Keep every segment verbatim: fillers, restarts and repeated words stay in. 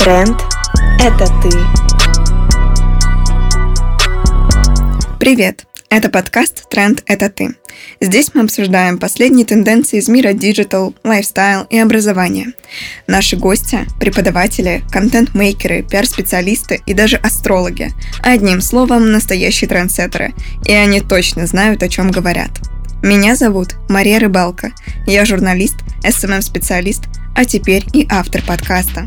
Тренд – это ты. Привет! Это подкаст «Тренд – это ты». Здесь мы обсуждаем последние тенденции из мира диджитал, лайфстайл и образования. Наши гости – преподаватели, контент-мейкеры, пиар-специалисты и даже астрологи. Одним словом, настоящие трендсеттеры. И они точно знают, о чем говорят. Меня зовут Мария Рыбалка. Я журналист, эс эм эм-специалист, а теперь и автор подкаста.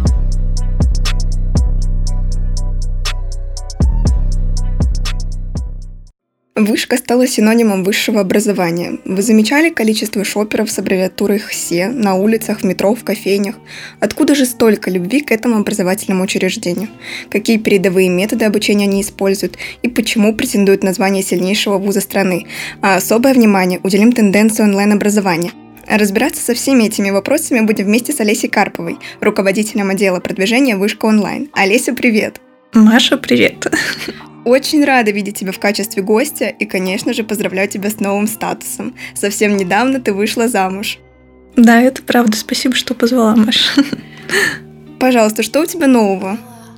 Вышка стала синонимом высшего образования. Вы замечали количество шопперов с аббревиатурой ХСЕ на улицах, в метро, в кофейнях? Откуда же столько любви к этому образовательному учреждению? Какие передовые методы обучения они используют? И почему претендуют на звание сильнейшего вуза страны? А особое внимание уделим тенденции онлайн-образования. Разбираться со всеми этими вопросами будем вместе с Олесей Карповой, руководителем отдела продвижения Вышка онлайн. Олеся, привет! Маша, привет! Очень рада видеть тебя в качестве гостя и, конечно же, поздравляю тебя с новым статусом. Совсем недавно ты вышла замуж. Да, это правда. Спасибо, что позвала, Маша. Пожалуйста, что у тебя нового?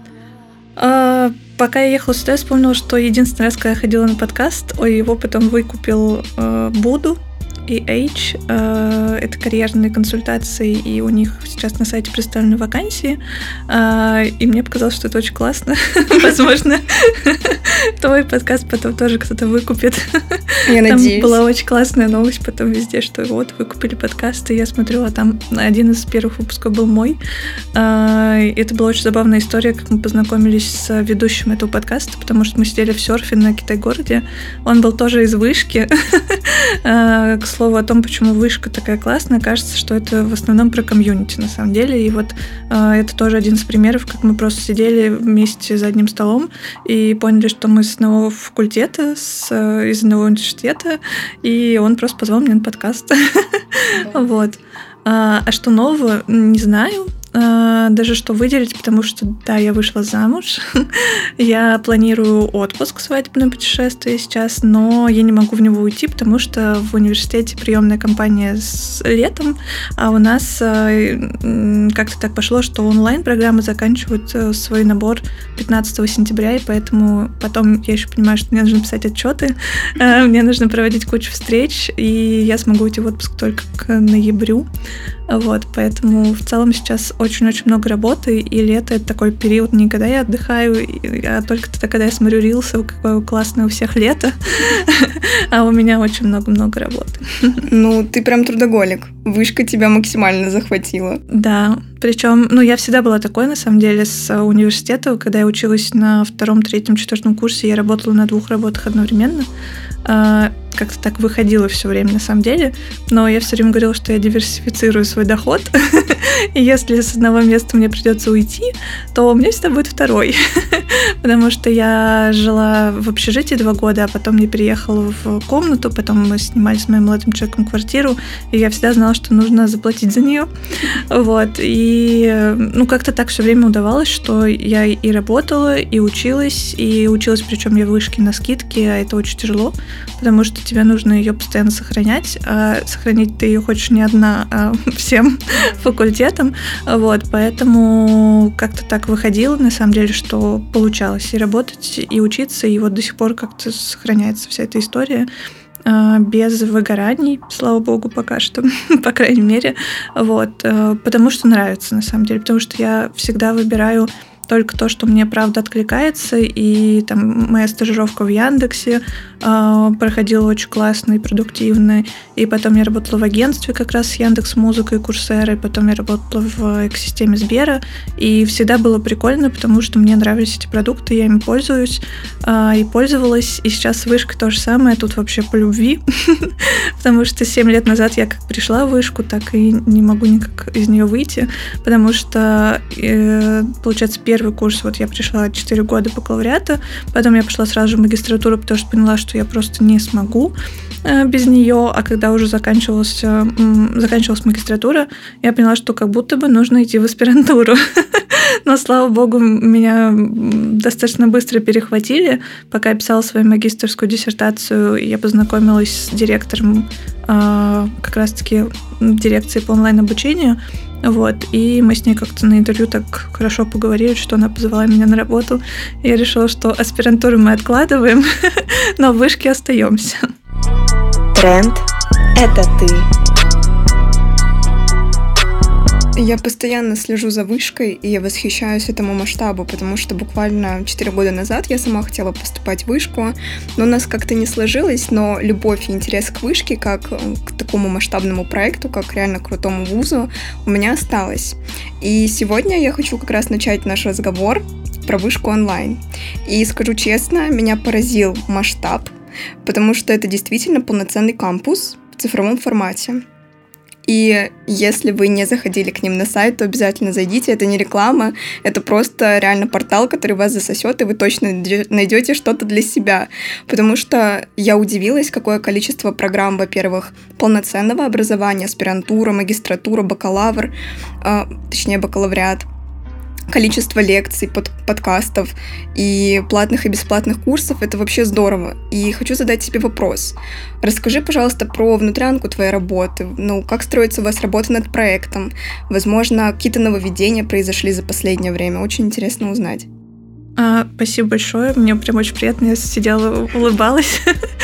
А, пока я ехала сюда, я вспомнила, что единственный раз, когда я ходила на подкаст, ой, его потом выкупил э, Буду и H. Э, это карьерные консультации, и у них сейчас на сайте представлены вакансии. Э, и мне показалось, что это очень классно. Возможно, твой подкаст потом тоже кто-то выкупит. Я надеюсь. Там была очень классная новость потом везде, что вот, выкупили подкасты. Я смотрю, а там один из первых выпусков был мой. Э, это была очень забавная история, как мы познакомились с ведущим этого подкаста, потому что мы сидели в серфе на Китай-городе. Он был тоже из Вышки. К слову о том, почему Вышка такая классная, кажется, что это в основном про комьюнити на самом деле. И вот э, это тоже один из примеров, как мы просто сидели вместе за одним столом и поняли, что мы с одного факультета, с, э, из одного университета, и он просто позвал меня на подкаст. Вот. А что нового, не знаю. Даже что выделить, потому что, да, я вышла замуж, я планирую отпуск, свадебное путешествие сейчас, но я не могу в него уйти, потому что в университете приемная кампания с летом, а у нас как-то так пошло, что онлайн-программы заканчивают свой набор пятнадцатого сентября, и поэтому потом я еще понимаю, что мне нужно писать отчеты, мне нужно проводить кучу встреч, и я смогу уйти в отпуск только к ноябрю. Вот, поэтому в целом сейчас очень-очень много работы, и лето — это такой период не когда я отдыхаю, а только тогда, когда я смотрю рилсы, какое классное у всех лето, а у меня очень много-много работы. Ну, ты прям трудоголик. Вышка тебя максимально захватила. Да, причем, ну, я всегда была такой, на самом деле, с университета. Когда я училась на втором, третьем, четвертом курсе, я работала на двух работах одновременно. Как-то так выходило все время, на самом деле. Но я все время говорила, что я диверсифицирую свой доход. И если с одного места мне придется уйти, то у меня всегда будет второй. Потому что я жила в общежитии два года, а потом я переехала в комнату, потом мы снимали с моим молодым человеком квартиру, и я всегда знала, что нужно заплатить за нее. Вот. И ну, как-то так все время удавалось, что я и работала, и училась, и училась, причем я в Вышке на скидке, а это очень тяжело, потому что тебе нужно ее постоянно сохранять, а сохранить ты ее хочешь не одна, а всем факультетам, вот, поэтому как-то так выходило, на самом деле, что получалось и работать, и учиться, и вот до сих пор как-то сохраняется вся эта история без выгораний, слава богу, пока что, по крайней мере, вот, потому что нравится, на самом деле, потому что я всегда выбираю только то, что мне правда откликается, и там моя стажировка в Яндексе э, проходила очень классно и продуктивно, и потом я работала в агентстве как раз с Яндекс.Музыкой и Курсерой, потом я работала в экосистеме Сбера, и всегда было прикольно, потому что мне нравились эти продукты, я ими пользуюсь э, и пользовалась, и сейчас с Вышкой то же самое, тут вообще по любви, потому что семь лет назад я как пришла в Вышку, так и не могу никак из нее выйти, потому что, э, получается, первый курс, вот я пришла четыре года бакалавриата, потом я пошла сразу же в магистратуру, потому что поняла, что я просто не смогу э, без нее, а когда уже заканчивалась, э, заканчивалась магистратура, я поняла, что как будто бы нужно идти в аспирантуру. Но, слава богу, меня достаточно быстро перехватили. Пока я писала свою магистерскую диссертацию, я познакомилась с директором э, как раз-таки дирекции по онлайн-обучению, Вот, и мы с ней как-то на интервью так хорошо поговорили, что она позвала меня на работу. Я решила, что аспирантуру мы откладываем, но в вышке остаемся. Тренд – это ты. Я постоянно слежу за вышкой, и я восхищаюсь этому масштабу, потому что буквально четыре года назад я сама хотела поступать в вышку, но у нас как-то не сложилось, но любовь и интерес к вышке, как к такому масштабному проекту, как реально крутому вузу, у меня осталось. И сегодня я хочу как раз начать наш разговор про вышку онлайн. И скажу честно, меня поразил масштаб, потому что это действительно полноценный кампус в цифровом формате. И если вы не заходили к ним на сайт, то обязательно зайдите. Это не реклама, это просто реально портал, который вас засосет, и вы точно найдете что-то для себя. Потому что я удивилась, какое количество программ, во-первых, полноценного образования, аспирантура, магистратура, бакалавр, э, точнее бакалавриат, количество лекций, под, подкастов и платных и бесплатных курсов. Это вообще здорово. И хочу задать тебе вопрос. Расскажи, пожалуйста, про внутрянку твоей работы. Ну, как строится у вас работа над проектом? Возможно, какие-то нововведения произошли за последнее время. Очень интересно узнать. А, спасибо большое. Мне прям очень приятно. Я сидела, улыбалась.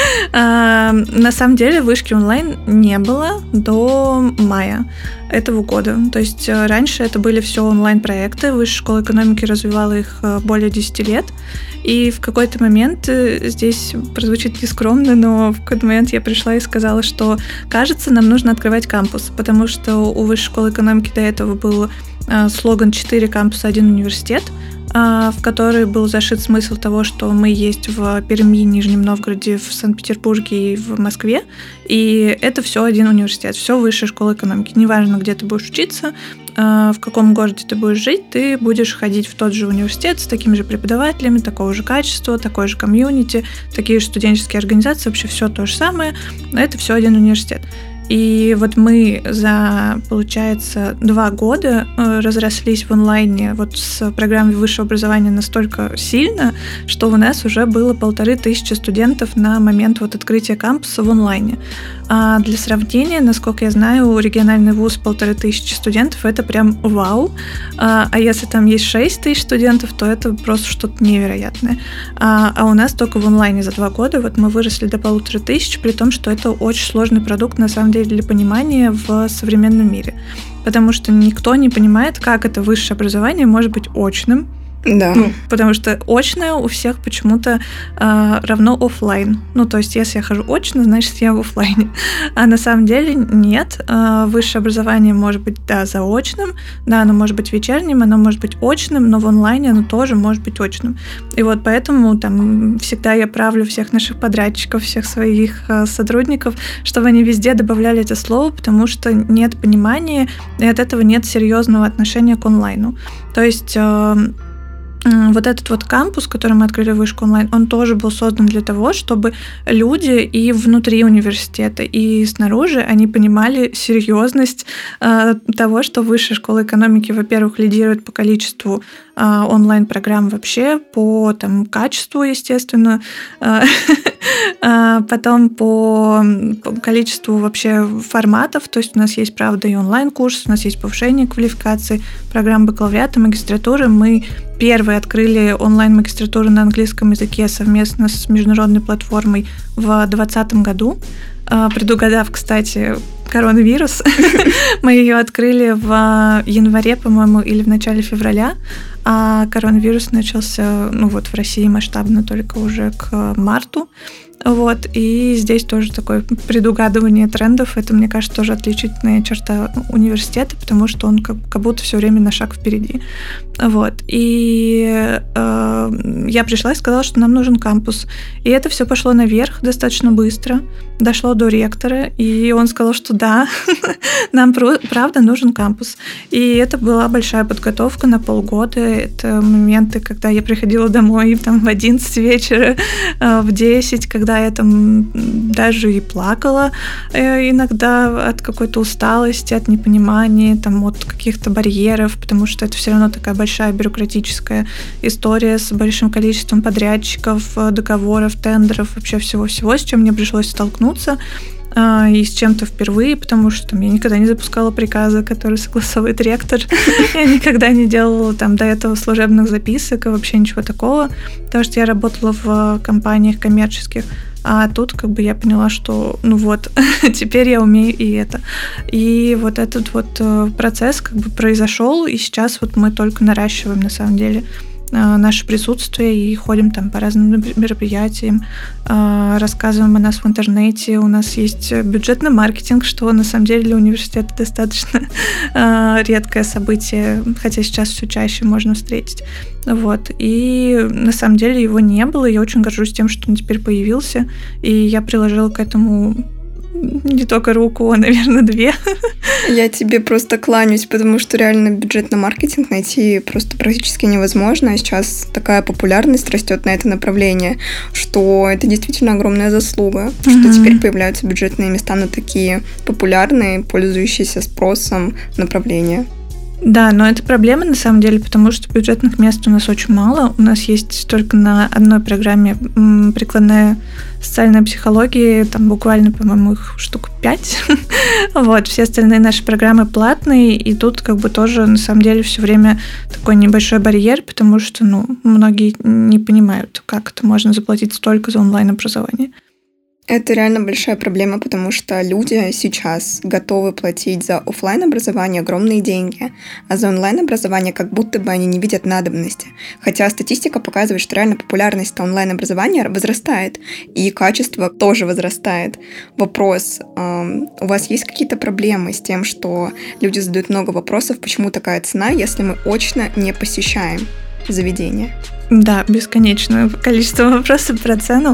а, на самом деле вышки онлайн не было до мая этого года. То есть раньше это были все онлайн-проекты. Высшая школа экономики развивала их более десять лет. И в какой-то момент, здесь прозвучит нескромно, но в какой-то момент я пришла и сказала, что, кажется, нам нужно открывать кампус, потому что у Высшей школы экономики до этого был слоган «четыре кампуса, один университет», в который был зашит смысл того, что мы есть в Перми, Нижнем Новгороде, в Санкт-Петербурге и в Москве, и это все один университет, все Высшая школа экономики. Неважно, где ты будешь учиться, в каком городе ты будешь жить, ты будешь ходить в тот же университет с такими же преподавателями, такого же качества, такой же комьюнити, такие же студенческие организации, вообще все то же самое, но это все один университет. И вот мы за, получается, два года разрослись в онлайне вот с программой высшего образования настолько сильно, что у нас уже было полторы тысячи студентов на момент вот открытия кампуса в онлайне. А для сравнения, насколько я знаю, региональный вуз полторы тысячи студентов — это прям вау. А если там есть шесть тысяч студентов, то это просто что-то невероятное. А, а у нас только в онлайне за два года вот мы выросли до полутора тысяч, при том, что это очень сложный продукт, на самом деле, для понимания в современном мире. Потому что никто не понимает, как это высшее образование может быть очным. Да. Ну, потому что очное у всех почему-то э, равно офлайн. Ну, то есть, если я хожу очно, значит, я в офлайне. А на самом деле нет. Э, высшее образование может быть, да, заочным, да, оно может быть вечерним, оно может быть очным, но в онлайне оно тоже может быть очным. И вот поэтому там всегда я правлю всех наших подрядчиков, всех своих э, сотрудников, чтобы они везде добавляли это слово, потому что нет понимания, и от этого нет серьезного отношения к онлайну. То есть... Э, Вот этот вот кампус, который мы открыли в Вышку онлайн, он тоже был создан для того, чтобы люди и внутри университета, и снаружи, они понимали серьезность э, того, что Высшая школа экономики, во-первых, лидирует по количеству э, онлайн-программ вообще, по там, качеству, естественно, э, э, потом по, по количеству вообще форматов, то есть у нас есть, правда, и онлайн-курс, у нас есть повышение квалификации, программа бакалавриата, магистратуры. Мы первые открыли онлайн-магистратуру на английском языке совместно с международной платформой в двадцатом году, предугадав, кстати, коронавирус. Мы ее открыли в январе, по-моему, или в начале февраля, а коронавирус начался, ну вот, в России масштабно только уже к марту. Вот, и здесь тоже такое предугадывание трендов. Это, мне кажется, тоже отличительная черта университета, потому что он как, как будто все время на шаг впереди. Вот, и э, я пришла и сказала, что нам нужен кампус. И это все пошло наверх достаточно быстро, дошло до ректора, и он сказал, что да, нам правда нужен кампус. И это была большая подготовка на полгода. Это моменты, когда я приходила домой там, в одиннадцать вечера, в десять, когда я там даже и плакала иногда от какой-то усталости, от непонимания, там, от каких-то барьеров, потому что это все равно такая большая бюрократическая история с большим количеством подрядчиков, договоров, тендеров, вообще всего-всего, с чем мне пришлось столкнуться. а, и с чем-то впервые, потому что там, я никогда не запускала приказы, которые согласовывает ректор. Я никогда не делала там до этого служебных записок и вообще ничего такого, потому что я работала в компаниях коммерческих. А тут как бы я поняла, что ну вот, теперь я умею и это. И вот этот вот процесс как бы произошел, и сейчас вот мы только наращиваем на самом деле наше присутствие и ходим там по разным мероприятиям, рассказываем о нас в интернете. У нас есть бюджетный маркетинг, что на самом деле для университета достаточно редкое событие, хотя сейчас все чаще можно встретить. Вот. И на самом деле его не было. Я очень горжусь тем, что он теперь появился. И я приложила к этому не только руку, а, наверное, две. Я тебе просто кланяюсь, потому что реально бюджетный маркетинг найти просто практически невозможно. А сейчас такая популярность растет на это направление, что это действительно огромная заслуга, mm-hmm. что теперь появляются бюджетные места на такие популярные, пользующиеся спросом направления. Да, но это проблема на самом деле, потому что бюджетных мест у нас очень мало. У нас есть только на одной программе прикладная социальная психология, там буквально, по-моему, их штук пять. Вот, все остальные наши программы платные, и тут как бы тоже на самом деле все время такой небольшой барьер, потому что, ну, многие не понимают, как это можно заплатить столько за онлайн-образование. Это реально большая проблема, потому что люди сейчас готовы платить за офлайн-образование огромные деньги, а за онлайн-образование как будто бы они не видят надобности. Хотя статистика показывает, что реально популярность онлайн-образования возрастает, и качество тоже возрастает. Вопрос, у вас есть какие-то проблемы с тем, что люди задают много вопросов, почему такая цена, если мы очно не посещаем заведение? Да, бесконечное количество вопросов про цену.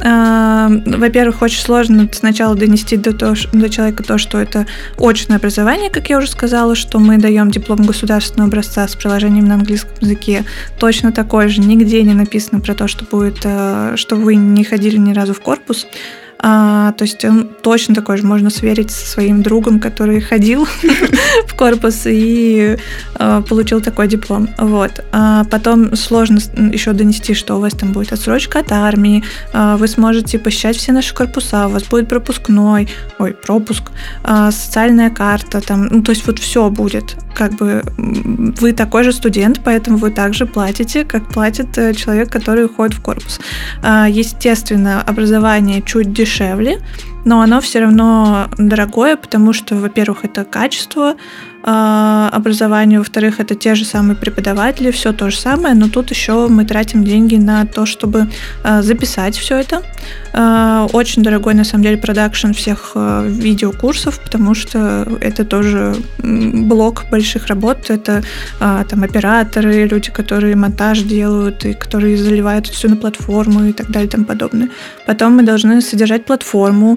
Во-первых, очень сложно сначала донести до, того, до человека то, что это очное образование, как я уже сказала, что мы даем диплом государственного образца с приложением на английском языке. Точно такое же, нигде не написано про то, что будет, что вы не ходили ни разу в корпус. А, то есть он точно такой же, можно сверить со своим другом, который ходил в корпус и а, получил такой диплом. Вот. А потом сложно еще донести, что у вас там будет отсрочка от армии, а, вы сможете посещать все наши корпуса, у вас будет пропускной, ой, пропуск, а, социальная карта, там, ну, то есть вот все будет. Как бы вы такой же студент, поэтому вы также платите, как платит человек, который ходит в корпус. А, естественно, образование чуть дешевле, дешевле, но оно все равно дорогое, потому что, во-первых, это качество э, образования, во-вторых, это те же самые преподаватели, все то же самое, но тут еще мы тратим деньги на то, чтобы э, записать все это. Э, очень дорогой, на самом деле, продакшн всех э, видеокурсов, потому что это тоже блок больших работ, это э, там операторы, люди, которые монтаж делают, и которые заливают все на платформу и так далее и тому подобное. Потом мы должны содержать платформу,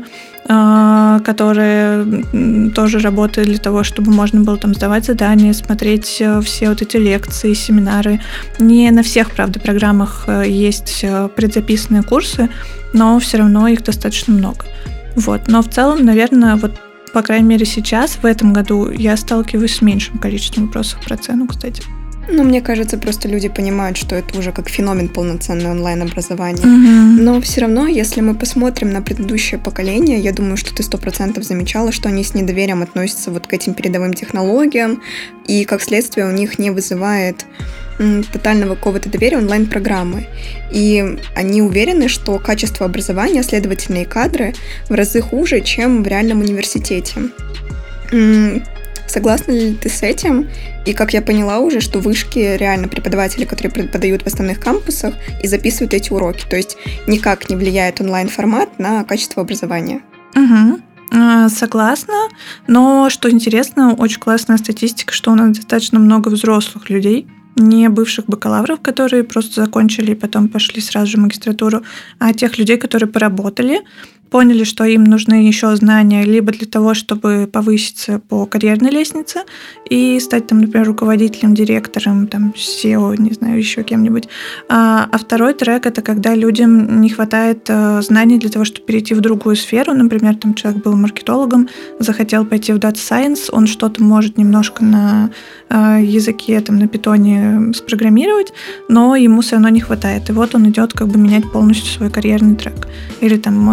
которая тоже работает для того, чтобы можно было там сдавать задания, смотреть все вот эти лекции, семинары. Не на всех, правда, программах есть предзаписанные курсы, но все равно их достаточно много. Вот. Но в целом, наверное, вот по крайней мере сейчас, в этом году, я сталкиваюсь с меньшим количеством вопросов про цену, кстати. Ну, мне кажется, просто люди понимают, что это уже как феномен полноценное онлайн-образование. Mm-hmm. Но все равно, если мы посмотрим на предыдущее поколение, я думаю, что ты сто процентов замечала, что они с недоверием относятся вот к этим передовым технологиям, и, как следствие, у них не вызывает м, тотального какого-то доверия онлайн-программы. И они уверены, что качество образования, следовательно, и кадры в разы хуже, чем в реальном университете. М- Согласна ли ты с этим? И как я поняла уже, что вышки реально преподаватели, которые преподают в основных кампусах и записывают эти уроки. То есть никак не влияет онлайн-формат на качество образования. Угу. Согласна. Но, что интересно, очень классная статистика, что у нас достаточно много взрослых людей, не бывших бакалавров, которые просто закончили и потом пошли сразу же в магистратуру, а тех людей, которые поработали, поняли, что им нужны еще знания либо для того, чтобы повыситься по карьерной лестнице и стать, там, например, руководителем, директором, там, сео, не знаю, еще кем-нибудь. А, а второй трек — это когда людям не хватает а, знаний для того, чтобы перейти в другую сферу. Например, там человек был маркетологом, захотел пойти в Data Science, он что-то может немножко на а, языке, там, на питоне спрограммировать, но ему все равно не хватает. И вот он идет как бы менять полностью свой карьерный трек. Или там он был экономистом,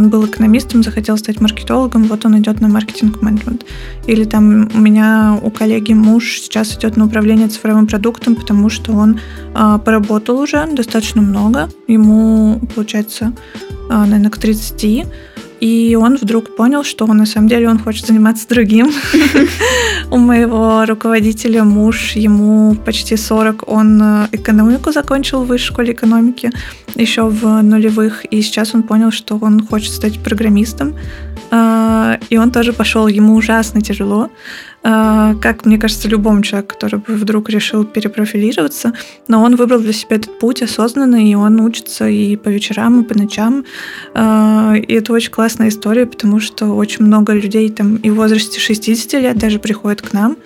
программистом, захотел стать маркетологом, вот он идет на маркетинг-менеджмент. Или там у меня у коллеги муж сейчас идет на управление цифровым продуктом, потому что он а, поработал уже достаточно много. Ему, получается, а, наверное, к тридцати. И он вдруг понял, что на самом деле он хочет заниматься другим. У моего руководителя муж, ему почти сорок, он экономику закончил в высшей школе экономики еще в нулевых, и сейчас он понял, что он хочет стать программистом. И он тоже пошел, ему ужасно тяжело, как, мне кажется, любому человеку, который бы вдруг решил перепрофилироваться, но он выбрал для себя этот путь осознанно, и он учится и по вечерам, и по ночам. И это очень классная история, потому что очень много людей там и в возрасте шестидесяти лет даже приходят к нам,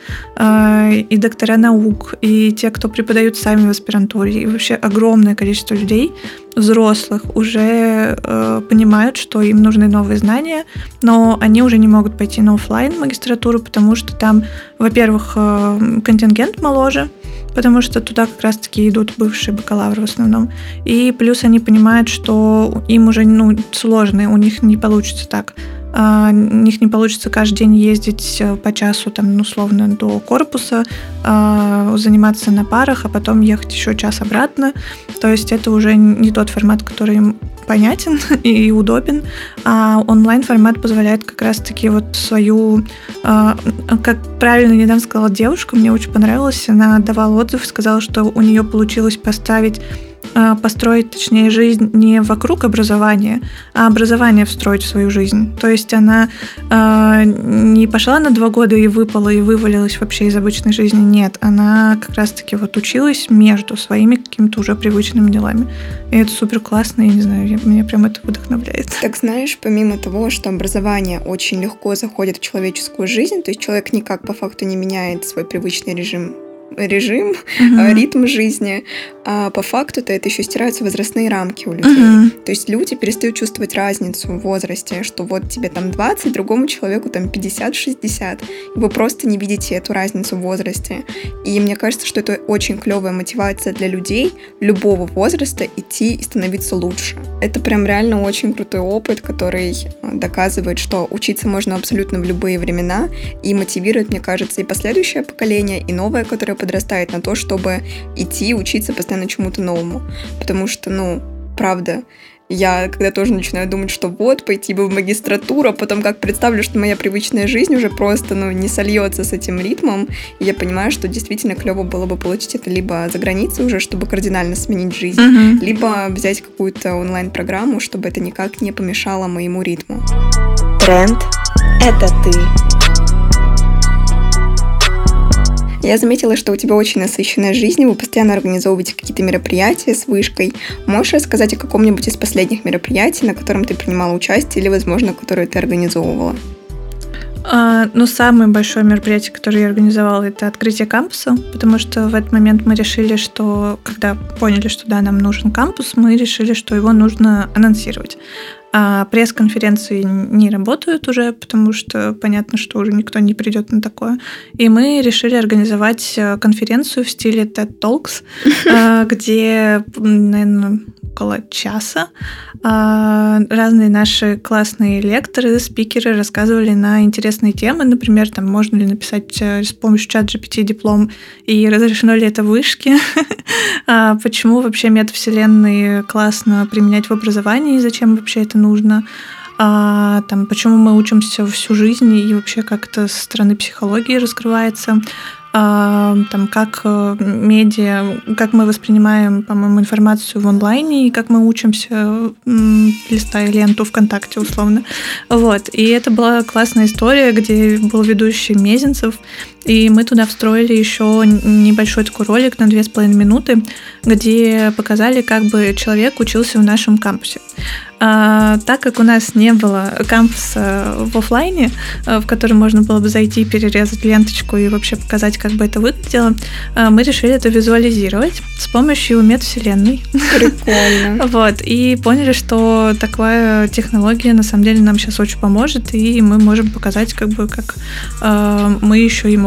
и доктора наук, и те, кто преподают сами в аспирантуре, и вообще огромное количество людей, взрослых, уже э, понимают, что им нужны новые знания, но они уже не могут пойти на офлайн магистратуру, потому что там, во-первых, э, контингент моложе, потому что туда как раз-таки идут бывшие бакалавры в основном, и плюс они понимают, что им уже ну, сложно, у них не получится так. У них не получится каждый день ездить по часу, там, условно, до корпуса, заниматься на парах, а потом ехать еще час обратно. То есть это уже не тот формат, который им понятен и удобен, а онлайн-формат позволяет как раз-таки вот свою, как правильно недавно сказала девушка, мне очень понравилось, она давала отзыв, сказала, что у нее получилось поставить построить, точнее, жизнь не вокруг образования, а образование встроить в свою жизнь. То есть она э, не пошла на два года и выпала, и вывалилась вообще из обычной жизни. Нет, она как раз-таки вот училась между своими какими-то уже привычными делами. И это супер классно, я не знаю, я, меня прям это вдохновляет. Так знаешь, помимо того, что образование очень легко заходит в человеческую жизнь, то есть человек никак по факту не меняет свой привычный режим, режим, uh-huh. ритм жизни, а по факту-то это еще стираются возрастные рамки у людей. Uh-huh. То есть люди перестают чувствовать разницу в возрасте, что вот тебе там двадцать, другому человеку там пятьдесят-шестьдесят. И вы просто не видите эту разницу в возрасте. И мне кажется, что это очень клевая мотивация для людей любого возраста идти и становиться лучше. Это прям реально очень крутой опыт, который доказывает, что учиться можно абсолютно в любые времена и мотивирует, мне кажется, и последующее поколение, и новое, которое подрастает на то, чтобы идти учиться постоянно чему-то новому. Потому что, ну, правда, я когда тоже начинаю думать, что вот, пойти бы в магистратуру, а потом как представлю, что моя привычная жизнь уже просто, ну, не сольется с этим ритмом, и я понимаю, что действительно клево было бы получить это либо за границей уже, чтобы кардинально сменить жизнь, mm-hmm. либо взять какую-то онлайн-программу, чтобы это никак не помешало моему ритму. Тренд – это ты. Я заметила, что у тебя очень насыщенная жизнь, вы постоянно организовываете какие-то мероприятия с вышкой. Можешь рассказать о каком-нибудь из последних мероприятий, на котором ты принимала участие, или, возможно, которое ты организовывала? А, ну, самое большое мероприятие, которое я организовала, это открытие кампуса, потому что в этот момент мы решили, что, когда поняли, что да, нам нужен кампус, мы решили, что его нужно анонсировать. А пресс-конференции не работают уже, потому что понятно, что уже никто не придет на такое. И мы решили организовать конференцию в стиле TED Talks, где, наверное, около часа разные наши классные лекторы, спикеры рассказывали на интересные темы. Например, там, можно ли написать с помощью чат джи пи ти диплом и разрешено ли это в вышке, почему вообще метавселенные классно применять в образовании и зачем вообще это нужно, а, там, почему мы учимся всю жизнь и вообще как это со стороны психологии раскрывается, а, там, как медиа, как мы воспринимаем, по-моему, информацию в онлайне и как мы учимся, листая ленту ВКонтакте условно. Вот. И это была классная история, где был ведущий Мезенцев, и мы туда встроили еще небольшой такой ролик на две с половиной минуты, где показали, как бы человек учился в нашем кампусе. А, так как у нас не было кампуса в офлайне, в который можно было бы зайти, перерезать ленточку и вообще показать, как бы это выглядело, мы решили это визуализировать с помощью метавселенной. Прикольно. Вот, и поняли, что такая технология на самом деле нам сейчас очень поможет, и мы можем показать, как бы, как э, мы еще и можем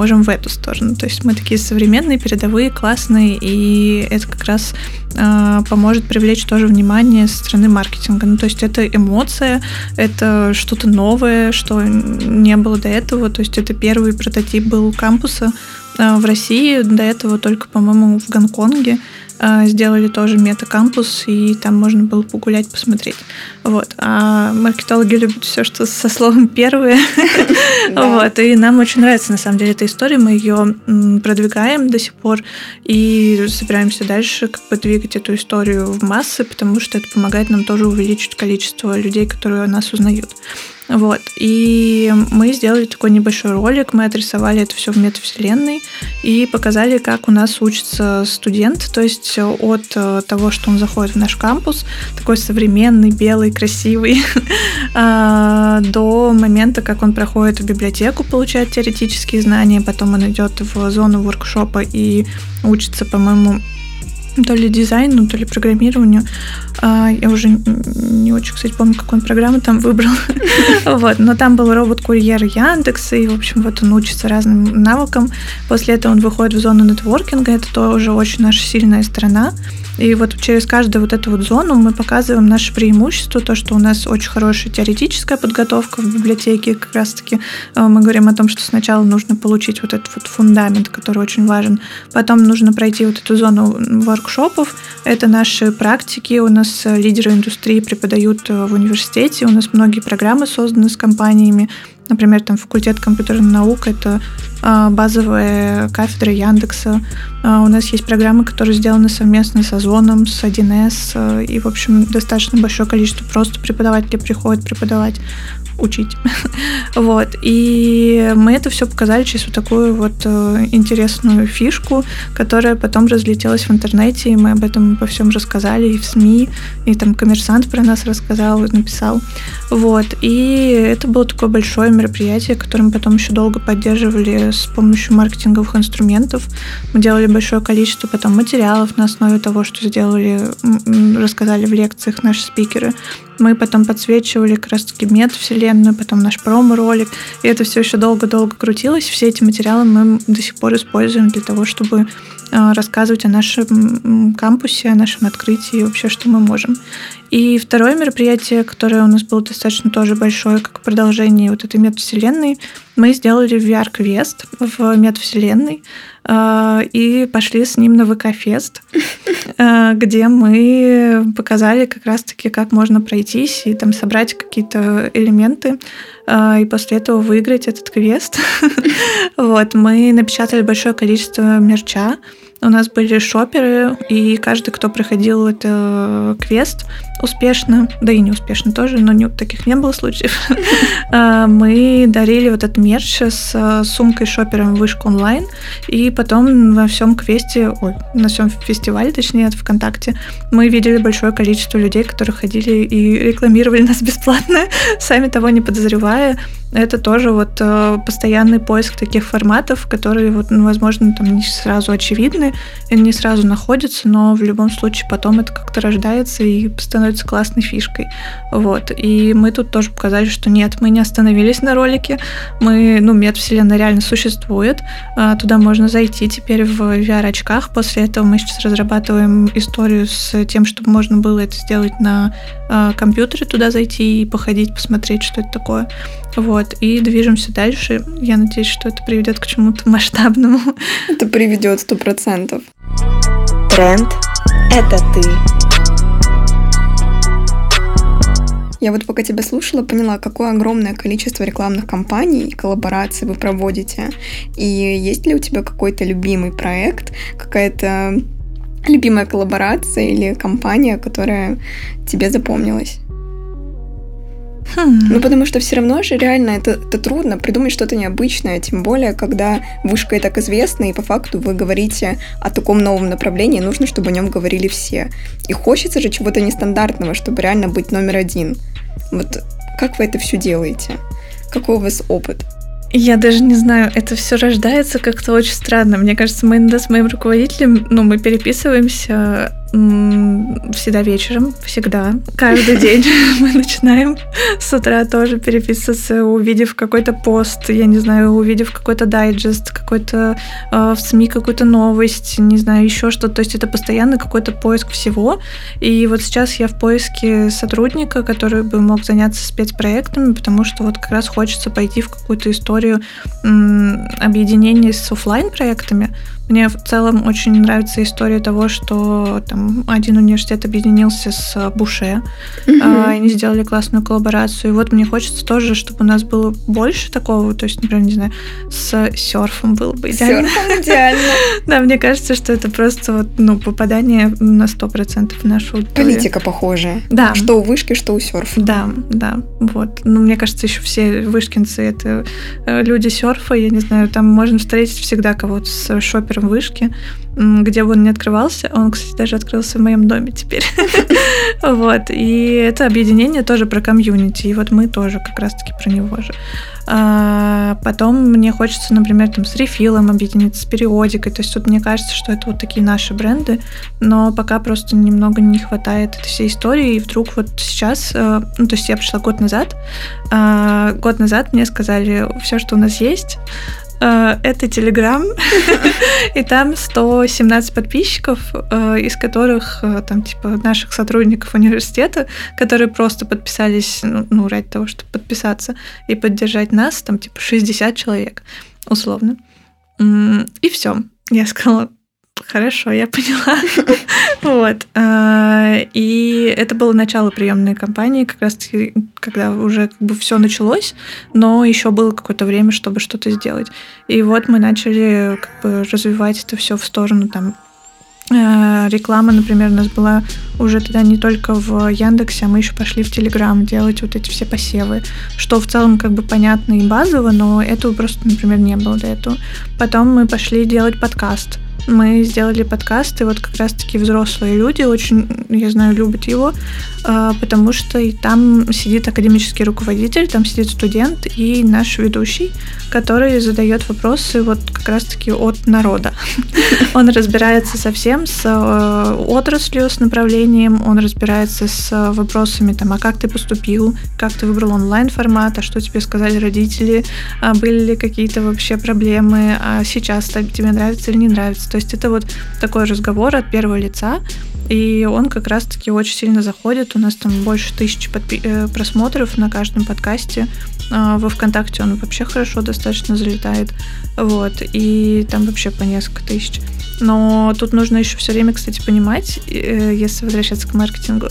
можем в эту сторону. То есть мы такие современные, передовые, классные, и это как раз э, поможет привлечь тоже внимание со стороны маркетинга. Ну, то есть это эмоция, это что-то новое, что не было до этого. То есть это первый прототип был кампуса э, в России. До этого только, по-моему, в Гонконге сделали тоже мета-кампус, и там можно было погулять, посмотреть. Вот. А маркетологи любят все, что со словом «первые». Вот. И нам очень нравится, на самом деле, эта история. Мы ее продвигаем до сих пор и собираемся дальше как бы двигать эту историю в массы, потому что это помогает нам тоже увеличить количество людей, которые нас узнают. Вот. И мы сделали такой небольшой ролик, мы отрисовали это все в метавселенной и показали, как у нас учится студент, то есть от того, что он заходит в наш кампус, такой современный, белый, красивый, до момента, как он проходит в библиотеку, получает теоретические знания, потом он идет в зону воркшопа и учится, по-моему, то ли дизайну, то ли программированию. Я уже не очень, кстати, помню, какую он программу там выбрал. Вот. Но там был робот-курьер Яндекса, и, в общем, вот он учится разным навыкам. После этого он выходит в зону нетворкинга, это тоже очень наша сильная сторона. И вот через каждую вот эту вот зону мы показываем наше преимущество, то, что у нас очень хорошая теоретическая подготовка в библиотеке. Как раз-таки мы говорим о том, что сначала нужно получить вот этот вот фундамент, который очень важен. Потом нужно пройти вот эту зону воркшопов. Это наши практики. У нас лидеры индустрии преподают в университете. У нас многие программы созданы с компаниями. Например, там факультет компьютерных наук – это базовая кафедра Яндекса. У нас есть программы, которые сделаны совместно с Озоном, с один эс. И, в общем, достаточно большое количество просто преподавателей приходит преподавать, учить. Вот. И мы это все показали через вот такую вот интересную фишку, которая потом разлетелась в интернете, и мы об этом по всем рассказали и в СМИ, и там «Коммерсант» про нас рассказал, написал. Вот. И это было такое большое мероприятие, которое мы потом еще долго поддерживали с помощью маркетинговых инструментов. Мы делали большое количество потом материалов на основе того, что сделали, рассказали в лекциях наши спикеры. Мы потом подсвечивали как раз-таки метавселенную, потом наш промо-ролик. И это все еще долго-долго крутилось. Все эти материалы мы до сих пор используем для того, чтобы рассказывать о нашем кампусе, о нашем открытии и вообще, что мы можем. И второе мероприятие, которое у нас было достаточно тоже большое, как продолжение вот этой метавселенной, мы сделали ви ар-квест в метавселенной и пошли с ним на вэ ка-фест, где мы показали как раз-таки, как можно пройтись и там собрать какие-то элементы, и после этого выиграть этот квест. Вот, мы напечатали большое количество мерча. У нас были шоперы, и каждый, кто проходил этот квест успешно, да и не успешно тоже, но не, таких не было случаев, мы дарили вот этот мерч с сумкой шопером «Вышка онлайн», и потом во всем квесте, ой, на всем фестивале, точнее, от ВКонтакте, мы видели большое количество людей, которые ходили и рекламировали нас бесплатно, сами того не подозревая. Это тоже вот постоянный поиск таких форматов, которые, вот, ну, возможно, там не сразу очевидны, не сразу находятся, но в любом случае потом это как-то рождается и становится классной фишкой. Вот. И мы тут тоже показали, что нет, мы не остановились на ролике. Мы, ну, метавселенная реально существует. Туда можно зайти теперь в ви ар-очках. После этого мы сейчас разрабатываем историю с тем, чтобы можно было это сделать на компьютере, туда зайти и походить, посмотреть, что это такое. Вот, и движемся дальше. Я надеюсь, что это приведет к чему-то масштабному. Это приведет сто процентов. Тренд – это ты. Я вот пока тебя слушала, поняла, какое огромное количество рекламных кампаний и коллабораций вы проводите. И есть ли у тебя какой-то любимый проект, какая-то любимая коллаборация или компания, которая тебе запомнилась? Хм. Ну, потому что все равно же реально это, это трудно придумать что-то необычное, тем более, когда вышка и так известна, и по факту вы говорите о таком новом направлении, нужно, чтобы о нем говорили все. И хочется же чего-то нестандартного, чтобы реально быть номер один. Вот как вы это все делаете? Какой у вас опыт? Я даже не знаю, это все рождается как-то очень странно. Мне кажется, мы иногда с моим руководителем, ну, мы переписываемся Всегда вечером, всегда, каждый день мы начинаем с утра тоже переписываться, увидев какой-то пост, я не знаю, увидев какой-то дайджест, какой-то э, в СМИ какую-то новость, не знаю, еще что-то. То есть это постоянно какой-то поиск всего. И вот сейчас я в поиске сотрудника, который бы мог заняться спецпроектами, потому что вот как раз хочется пойти в какую-то историю м, объединения с офлайн-проектами. Мне в целом очень нравится история того, что там один университет объединился с Буше, mm-hmm. они сделали классную коллаборацию. И вот мне хочется тоже, чтобы у нас было больше такого, то есть, например, не знаю, с серфом было бы идеально. Серфом идеально. Да, мне кажется, что это просто вот, ну, попадание на сто процентов в нашу аудиторию. Политика похожая. Да. Что у вышки, что у серфа. Да, да, вот. Ну, мне кажется, еще все вышкинцы — это люди серфа, я не знаю, там можно встретить всегда кого-то с шопером вышки, где бы он ни открывался. Он, кстати, даже открылся в моем доме теперь. Вот. И это объединение тоже про комьюнити. И вот мы тоже как раз-таки про него же. А потом мне хочется, например, там, с рефилом объединиться, с периодикой. То есть тут мне кажется, что это вот такие наши бренды, но пока просто немного не хватает этой всей истории. И вдруг вот сейчас, ну, то есть я пришла год назад, а год назад мне сказали, все, что у нас есть, это Телеграм, и там сто семнадцать подписчиков, из которых там типа наших сотрудников университета, которые просто подписались, ну, ради того, чтобы подписаться и поддержать нас, там типа шестьдесят человек, условно. И все. Я сказала, хорошо, я поняла. Вот. И это было начало приемной кампании, как раз-таки, когда уже как бы все началось, но еще было какое-то время, чтобы что-то сделать. И вот мы начали как бы развивать это все в сторону там реклама, например, у нас была уже тогда не только в Яндексе, а мы еще пошли в Телеграм делать вот эти все посевы, что в целом как бы понятно и базово, но этого просто, например, не было до этого. Потом мы пошли делать подкаст. Мы сделали подкаст, и вот как раз-таки взрослые люди очень, я знаю, любят его, потому что и там сидит академический руководитель, там сидит студент и наш ведущий, который задает вопросы вот как раз-таки от народа. Он разбирается совсем с отраслью, с направлением, он разбирается с вопросами, там, а как ты поступил, как ты выбрал онлайн-формат, а что тебе сказали родители, а были ли какие-то вообще проблемы, а сейчас тебе нравится или не нравится. То есть это вот такой разговор от первого лица, и он как раз-таки очень сильно заходит. У нас там больше тысячи подпи- просмотров на каждом подкасте. Во ВКонтакте он вообще хорошо достаточно залетает. Вот. И там вообще по несколько тысяч. Но тут нужно еще все время, кстати, понимать, если возвращаться к маркетингу,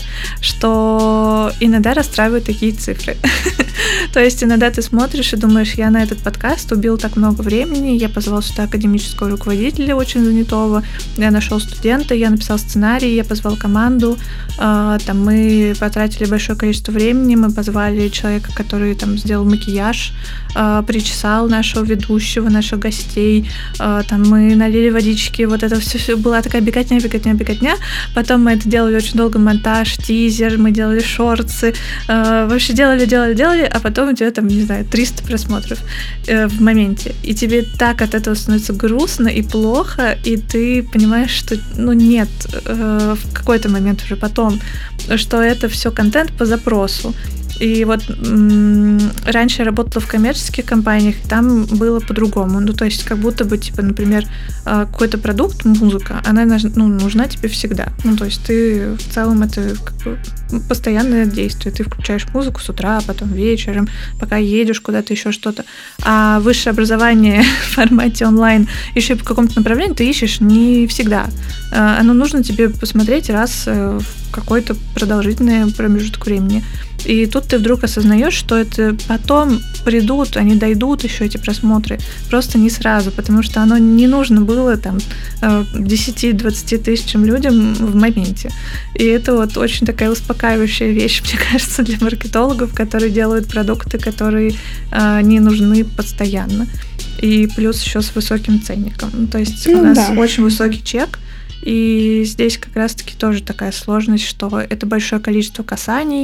что иногда расстраивают такие цифры. То есть иногда ты смотришь и думаешь, я на этот подкаст убил так много времени, я позвал сюда академического руководителя очень занятого, я нашел студента, я написал сценарий, я позвал команду, там мы потратили большое количество времени, мы позвали человека, который там сделал макияж, причесал нашего ведущего, наших гостей, там мы налили водички, вот это все, все была такая беготня, беготня, беготня. Потом мы это делали очень долго, монтаж, тизер, мы делали шортсы, вообще делали, делали, делали, а потом у тебя там, не знаю, триста просмотров в моменте. И тебе так от этого становится грустно и плохо, и ты понимаешь, что, ну, нет, в какой-то момент уже потом, что это все контент по запросу. И вот м- раньше я работала в коммерческих компаниях, и там было по-другому. Ну, то есть, как будто бы, типа, например, какой-то продукт, музыка, она, ну, нужна тебе всегда. Ну, то есть, ты в целом это как бы постоянное действие. Ты включаешь музыку с утра, потом вечером, пока едешь куда-то, еще что-то. А высшее образование в формате онлайн еще и по какому-то направлению ты ищешь не всегда. Оно нужно тебе посмотреть раз в какой-то продолжительный промежуток времени. И тут ты вдруг осознаешь, что это потом придут, они дойдут еще эти просмотры, просто не сразу, потому что оно не нужно было там десять-двадцать тысячам людям в моменте. И это вот очень такая успокаивающая вещь, мне кажется, для маркетологов, которые делают продукты, которые э, не нужны постоянно. И плюс еще с высоким ценником. То есть ну, у нас да. очень высокий чек. И здесь как раз-таки тоже такая сложность, что это большое количество касаний,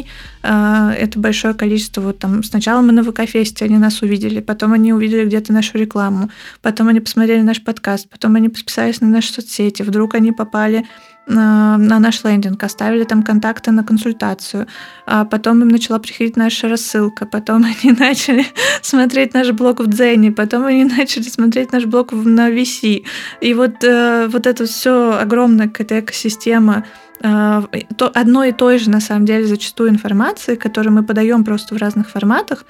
это большое количество. Вот там сначала мы на ВК-фесте, они нас увидели, потом они увидели где-то нашу рекламу, потом они посмотрели наш подкаст, потом они подписались на наши соцсети, вдруг они попали на наш лендинг, оставили там контакты на консультацию, а потом им начала приходить наша рассылка, потом они начали смотреть наш блог в Дзене, потом они начали смотреть наш блог на ви си. И вот, вот это все огромная какая-то экосистема то, одной и той же, на самом деле, зачастую информации, которую мы подаем просто в разных форматах,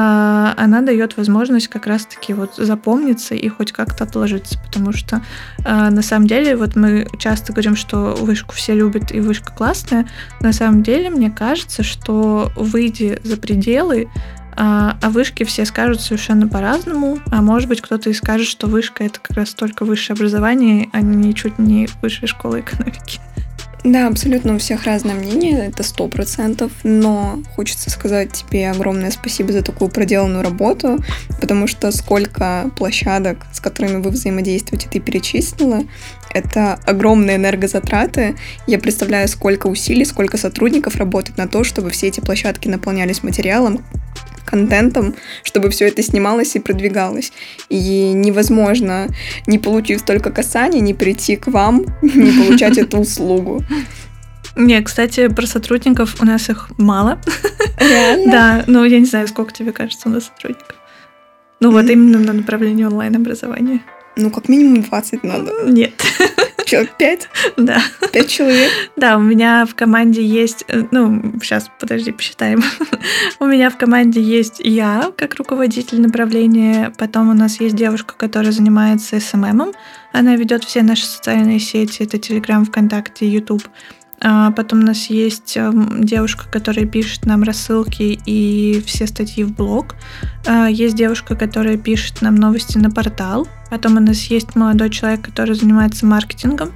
она дает возможность как раз-таки вот запомниться и хоть как-то отложиться, потому что на самом деле вот мы часто говорим, что вышку все любят и вышка классная. На самом деле, мне кажется, что выйди за пределы, о вышке все скажут совершенно по-разному, а может быть кто-то и скажет, что вышка — это как раз только высшее образование, а не чуть не высшая школа экономики. Да, абсолютно у всех разное мнение, это сто процентов, но хочется сказать тебе огромное спасибо за такую проделанную работу, потому что сколько площадок, с которыми вы взаимодействуете, ты перечислила, это огромные энергозатраты. Я представляю, сколько усилий, сколько сотрудников работает на то, чтобы все эти площадки наполнялись материалом, контентом, чтобы все это снималось и продвигалось. И невозможно, не получив столько касаний, не прийти к вам, не получать эту услугу. Не, кстати, про сотрудников у нас их мало. Реально? Да, ну я не знаю, сколько тебе кажется у нас сотрудников. Ну вот именно на направлении онлайн-образования. Ну, как минимум двадцать надо. Нет. Человек пять? Да. Пять человек? Да, у меня в команде есть... Ну, сейчас, подожди, посчитаем. У меня в команде есть я, как руководитель направления. Потом у нас есть девушка, которая занимается эс эм эм. Она ведет все наши социальные сети. Это Telegram, ВКонтакте, YouTube. А потом у нас есть девушка, которая пишет нам рассылки и все статьи в блог. Есть девушка, которая пишет нам новости на портал. Потом у нас есть молодой человек, который занимается маркетингом.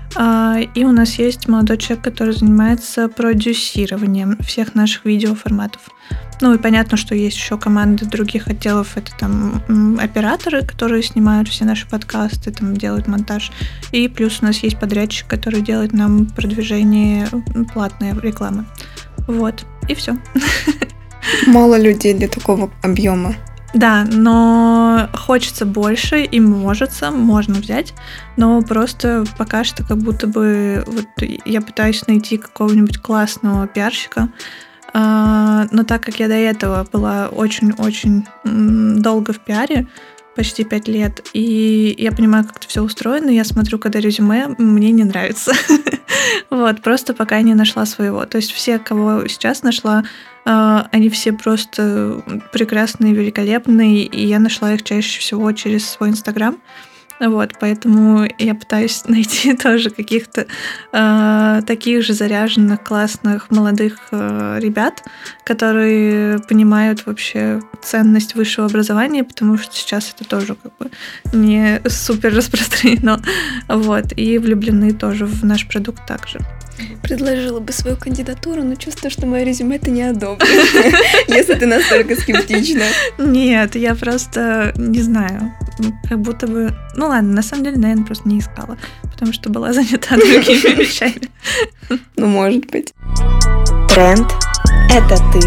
И у нас есть молодой человек, который занимается продюсированием всех наших видеоформатов. Ну и понятно, что есть еще команды других отделов. Это там операторы, которые снимают все наши подкасты, там делают монтаж. И плюс у нас есть подрядчик, который делает нам продвижение платной рекламы. Вот. И все. Мало людей для такого объема. Да, но хочется больше, и может, можно взять, но просто пока что как будто бы вот я пытаюсь найти какого-нибудь классного пиарщика, но так как я до этого была очень-очень долго в пиаре, почти пять лет, и я понимаю, как это все устроено, я смотрю, когда резюме, мне не нравится. Вот, просто пока не нашла своего. То есть все, кого сейчас нашла, они все просто прекрасные, великолепные, и я нашла их чаще всего через свой Инстаграм. Вот, поэтому я пытаюсь найти тоже каких-то э, таких же заряженных, классных, молодых э, ребят, которые понимают вообще ценность высшего образования, потому что сейчас это тоже как бы не супер распространено. Вот, и влюблены тоже в наш продукт также. Предложила бы свою кандидатуру, но чувствую, что мое резюме ты не одобришь, если ты настолько скептична. Нет, я просто не знаю, как будто бы... Ну ладно, на самом деле, наверное, просто не искала, потому что была занята другими вещами. Ну, может быть. Тренд – это ты.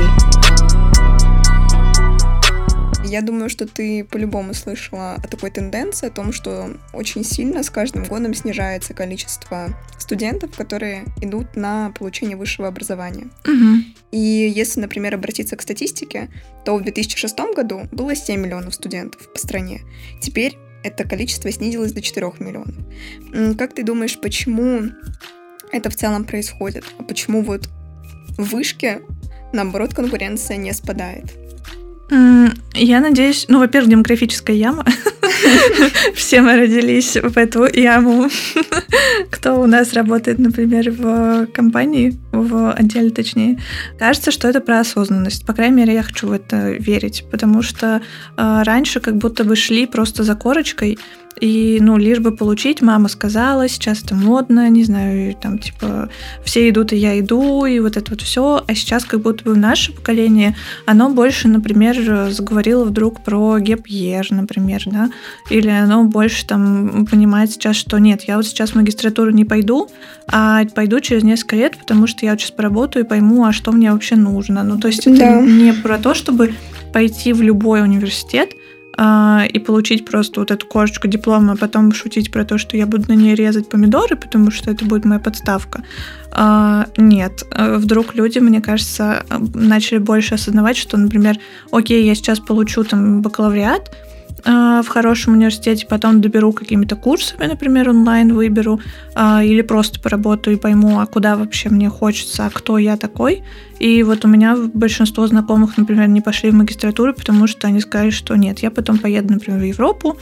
Я думаю, что ты по-любому слышала о такой тенденции, о том, что очень сильно с каждым годом снижается количество студентов, которые идут на получение высшего образования. Угу. И если, например, обратиться к статистике, то в две тысячи шестом году было семь миллионов студентов по стране. Теперь это количество снизилось до четырех миллионов. Как ты думаешь, почему это в целом происходит? А почему вот в вышке, наоборот, конкуренция не спадает? Я надеюсь, ну, во-первых, демографическая яма. Все мы родились в эту яму. Кто у нас работает, например, в компании, в отделе точнее. Кажется, что это про осознанность. По крайней мере, я хочу в это верить. Потому что э, раньше как будто бы шли просто за корочкой. и, ну, лишь бы получить, мама сказала, сейчас это модно, не знаю, там, типа, все идут, и я иду, и вот это вот все. А сейчас как будто бы наше поколение, оно больше, например, заговорило вдруг про gap year, например, да, или оно больше там понимает сейчас, что нет, я вот сейчас в магистратуру не пойду, а пойду через несколько лет, потому что я вот сейчас поработаю и пойму, а что мне вообще нужно. Ну, то есть это Да. не про то, чтобы пойти в любой университет а, и получить просто вот эту корочку диплома, а потом шутить про то, что я буду на ней резать помидоры, потому что это будет моя подставка. А, нет. Вдруг люди, мне кажется, начали больше осознавать, что, например, окей, я сейчас получу там бакалавриат в хорошем университете, потом доберу какими-то курсами, например, онлайн выберу, или просто поработаю и пойму, а куда вообще мне хочется, а кто я такой. И вот у меня большинство знакомых, например, не пошли в магистратуру, потому что они сказали, что нет, я потом поеду, например, в Европу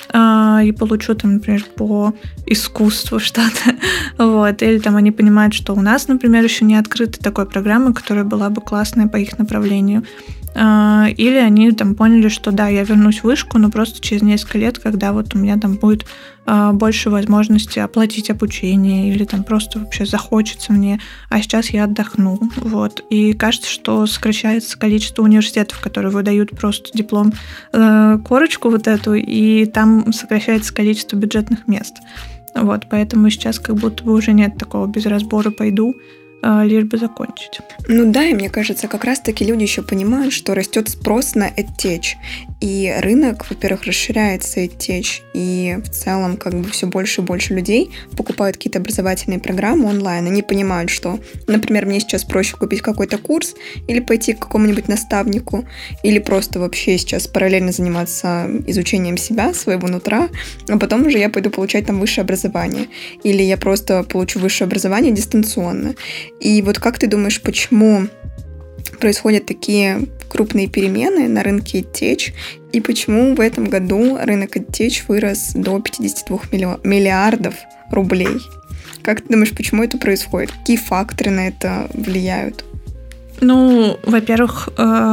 и получу там, например, по искусству что-то. Вот. Или там они понимают, что у нас, например, еще не открыта такой программы, которая была бы классная по их направлению. Или они там поняли, что да, я вернусь в вышку, но просто через несколько лет, когда вот у меня там будет больше возможности оплатить обучение, или там просто вообще захочется мне, а сейчас я отдохну. Вот. И кажется, что сокращается количество университетов, которые выдают просто диплом, корочку вот эту, и там сокращается количество бюджетных мест. Вот. Поэтому сейчас как будто бы уже нет такого без разбора пойду, лишь бы закончить. Ну да, и мне кажется, как раз-таки люди еще понимают, что растет спрос на EdTech. И рынок, во-первых, расширяется EdTech, и в целом как бы все больше и больше людей покупают какие-то образовательные программы онлайн. Они понимают, что, например, мне сейчас проще купить какой-то курс или пойти к какому-нибудь наставнику, или просто вообще сейчас параллельно заниматься изучением себя, своего нутра, а потом уже я пойду получать там высшее образование. Или я просто получу высшее образование дистанционно. И вот как ты думаешь, почему происходят такие крупные перемены на рынке EdTech, и почему в этом году рынок EdTech вырос до пятьдесят два миллиардов рублей? Как ты думаешь, почему это происходит? Какие факторы на это влияют? Ну, во-первых,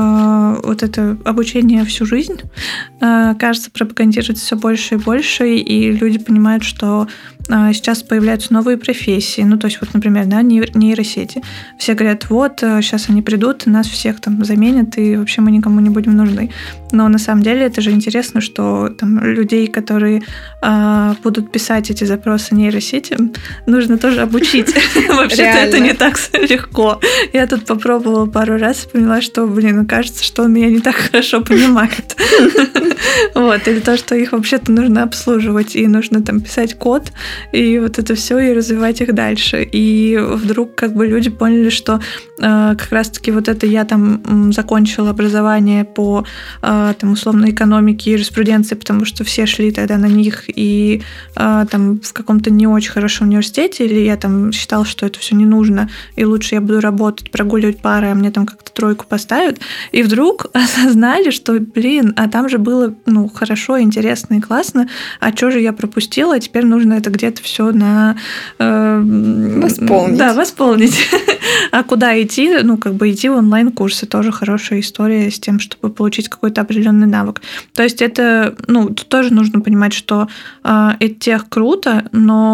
вот это обучение всю жизнь, кажется, пропагандируется все больше и больше, и люди понимают, что сейчас появляются новые профессии. Ну, то есть, вот, например, да, нейросети. Все говорят, вот, сейчас они придут, нас всех там заменят, и вообще мы никому не будем нужны. Но на самом деле это же интересно, что там людей, которые будут писать эти запросы нейросети, нужно тоже обучить. Вообще-то это не так легко. Я тут попробовала пару раз и поняла, что, блин, кажется, что он меня не так хорошо понимает. Вот. Или то, что их вообще-то нужно обслуживать, и нужно там писать код, и вот это все, и развивать их дальше. И вдруг как бы люди поняли, что э, как раз-таки вот это я там закончила образование по э, там условно экономике и юриспруденции, потому что все шли тогда на них, и э, там в каком-то не очень хорошем университете, или я там считала, что это все не нужно, и лучше я буду работать, прогуливать пары, а мне там как-то тройку поставят. И вдруг осознали, что, блин, а там же было, ну, хорошо, интересно и классно, а что же я пропустила, а теперь нужно это где-то все на... Э, восполнить. Да, восполнить. А куда идти? Ну, как бы идти в онлайн-курсы. Тоже хорошая история с тем, чтобы получить какой-то определенный навык. То есть это, ну, тут тоже нужно понимать, что э, EdTech круто,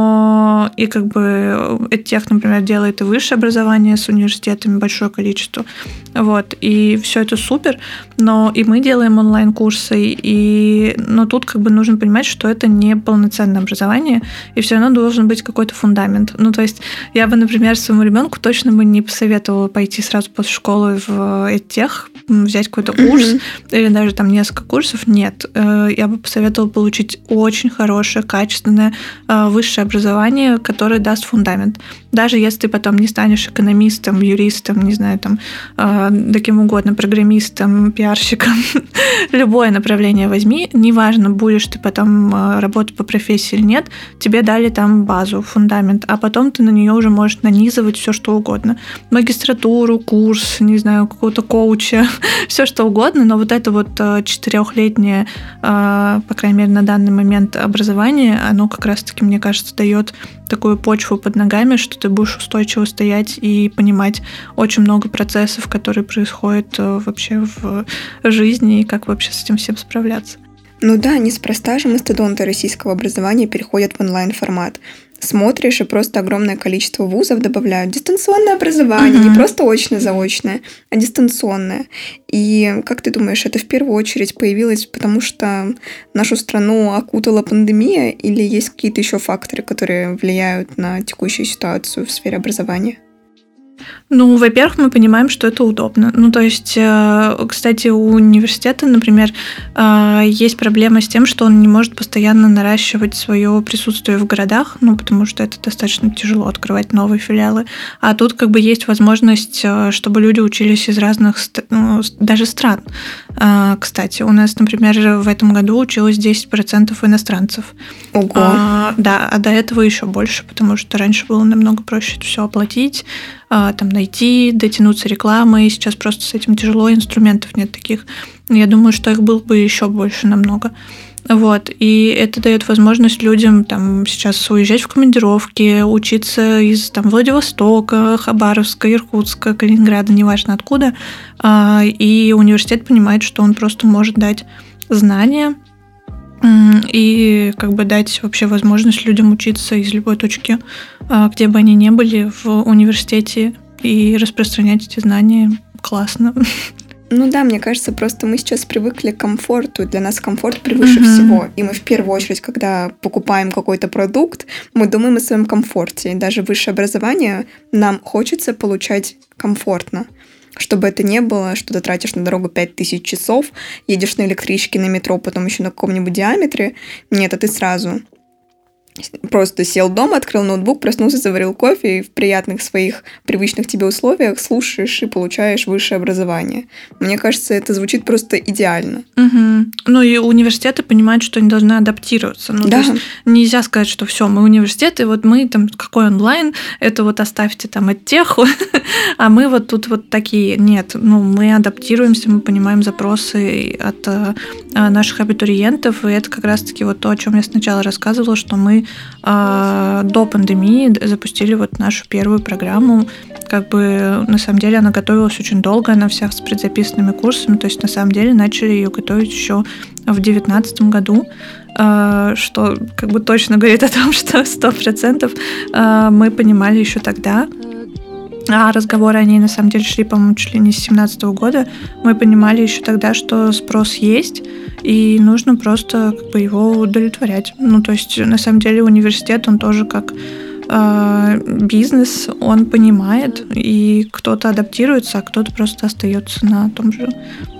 но и как бы EdTech, например, делает и высшее образование с университетами, большое количество. Вот. И все это супер, но и мы делаем онлайн-курсы, и... но тут как бы нужно понимать, что это не полноценное образование, и все равно должен быть какой-то фундамент. Ну, то есть я бы, например, своему ребенку точно бы не посоветовала пойти сразу после школы в EdTech, взять какой-то курс, mm-hmm. или даже там несколько курсов. Нет. Я бы посоветовала получить очень хорошее, качественное высшее образование, которое даст фундамент. Даже если ты потом не станешь экономистом, юристом, не знаю, там, да кем угодно, программистом, пиарщиком, любое направление возьми, неважно, будешь ты потом работать по профессии или нет, тебе дали там базу, фундамент, а потом ты на нее уже можешь нанизывать все что угодно. Магистратуру, курс, не знаю, какого-то коуча, все что угодно, но вот это вот четырехлетнее, по крайней мере, на данный момент образование, оно как раз-таки, мне кажется, дает такую почву под ногами, что ты будешь устойчиво стоять и понимать очень много процессов, которые происходят вообще в жизни, и как вообще с этим всем справляться. Ну да, неспроста же мастодонты российского образования переходят в онлайн-формат. Смотришь, и просто огромное количество вузов добавляют дистанционное образование, Мгм. не просто очно-заочное, а дистанционное. И как ты думаешь, это в первую очередь появилось потому, что нашу страну окутала пандемия, или есть какие-то еще факторы, которые влияют на текущую ситуацию в сфере образования? Ну, во-первых, мы понимаем, что это удобно. Ну, то есть, э, кстати, у университета, например, э, есть проблема с тем, что он не может постоянно наращивать свое присутствие в городах, ну, потому что это достаточно тяжело открывать новые филиалы. А тут как бы есть возможность, э, чтобы люди учились из разных, ст- ну, с- даже стран. Э, Кстати, у нас, например, в этом году училось десять процентов иностранцев. Ого. А, да, а до этого еще больше, потому что раньше было намного проще все оплатить, а, там найти, дотянуться рекламой. Сейчас просто с этим тяжело, инструментов нет таких. Я думаю, что их было бы еще больше намного. Вот, и это дает возможность людям там сейчас уезжать в командировки, учиться из там Владивостока, Хабаровска, Иркутска, Калининграда, неважно откуда. А, И университет понимает, что он просто может дать знания, м, и как бы дать вообще возможность людям учиться из любой точки, а, где бы они ни были в университете, и распространять эти знания. Классно. Ну да, мне кажется, просто мы сейчас привыкли к комфорту. Для нас комфорт превыше Мгм. всего. И мы в первую очередь, когда покупаем какой-то продукт, мы думаем о своем комфорте. И даже высшее образование нам хочется получать комфортно. Чтобы это не было, что ты тратишь на дорогу пять тысяч часов, едешь на электричке, на метро, потом еще на каком-нибудь диаметре. Нет, а ты сразу просто сел дома, открыл ноутбук, проснулся, заварил кофе и в приятных своих привычных тебе условиях слушаешь и получаешь высшее образование. Мне кажется, это звучит просто идеально. Мгм. Ну и университеты понимают, что они должны адаптироваться. Ну, Да. то есть нельзя сказать, что все, мы университет, и вот мы там какой онлайн, это вот оставьте там от теху, а мы вот тут вот такие. Нет, ну мы адаптируемся, мы понимаем запросы от э, наших абитуриентов, и это как раз-таки вот то, о чем я сначала рассказывала, что мы э, до пандемии запустили вот нашу первую программу. Как бы на самом деле она готовилась очень долго, она вся с предзаписанными курсами, то есть на самом деле начали ее готовить еще в девятнадцатом году, э, что как бы точно говорит о том, что сто процентов э, мы понимали еще тогда. А разговоры о ней на самом деле шли, по-моему, чуть ли не с семнадцатого года. Мы понимали еще тогда, что спрос есть, и нужно просто как бы его удовлетворять. Ну, то есть, на самом деле, университет, он тоже как э, бизнес, он понимает, и кто-то адаптируется, а кто-то просто остается на том же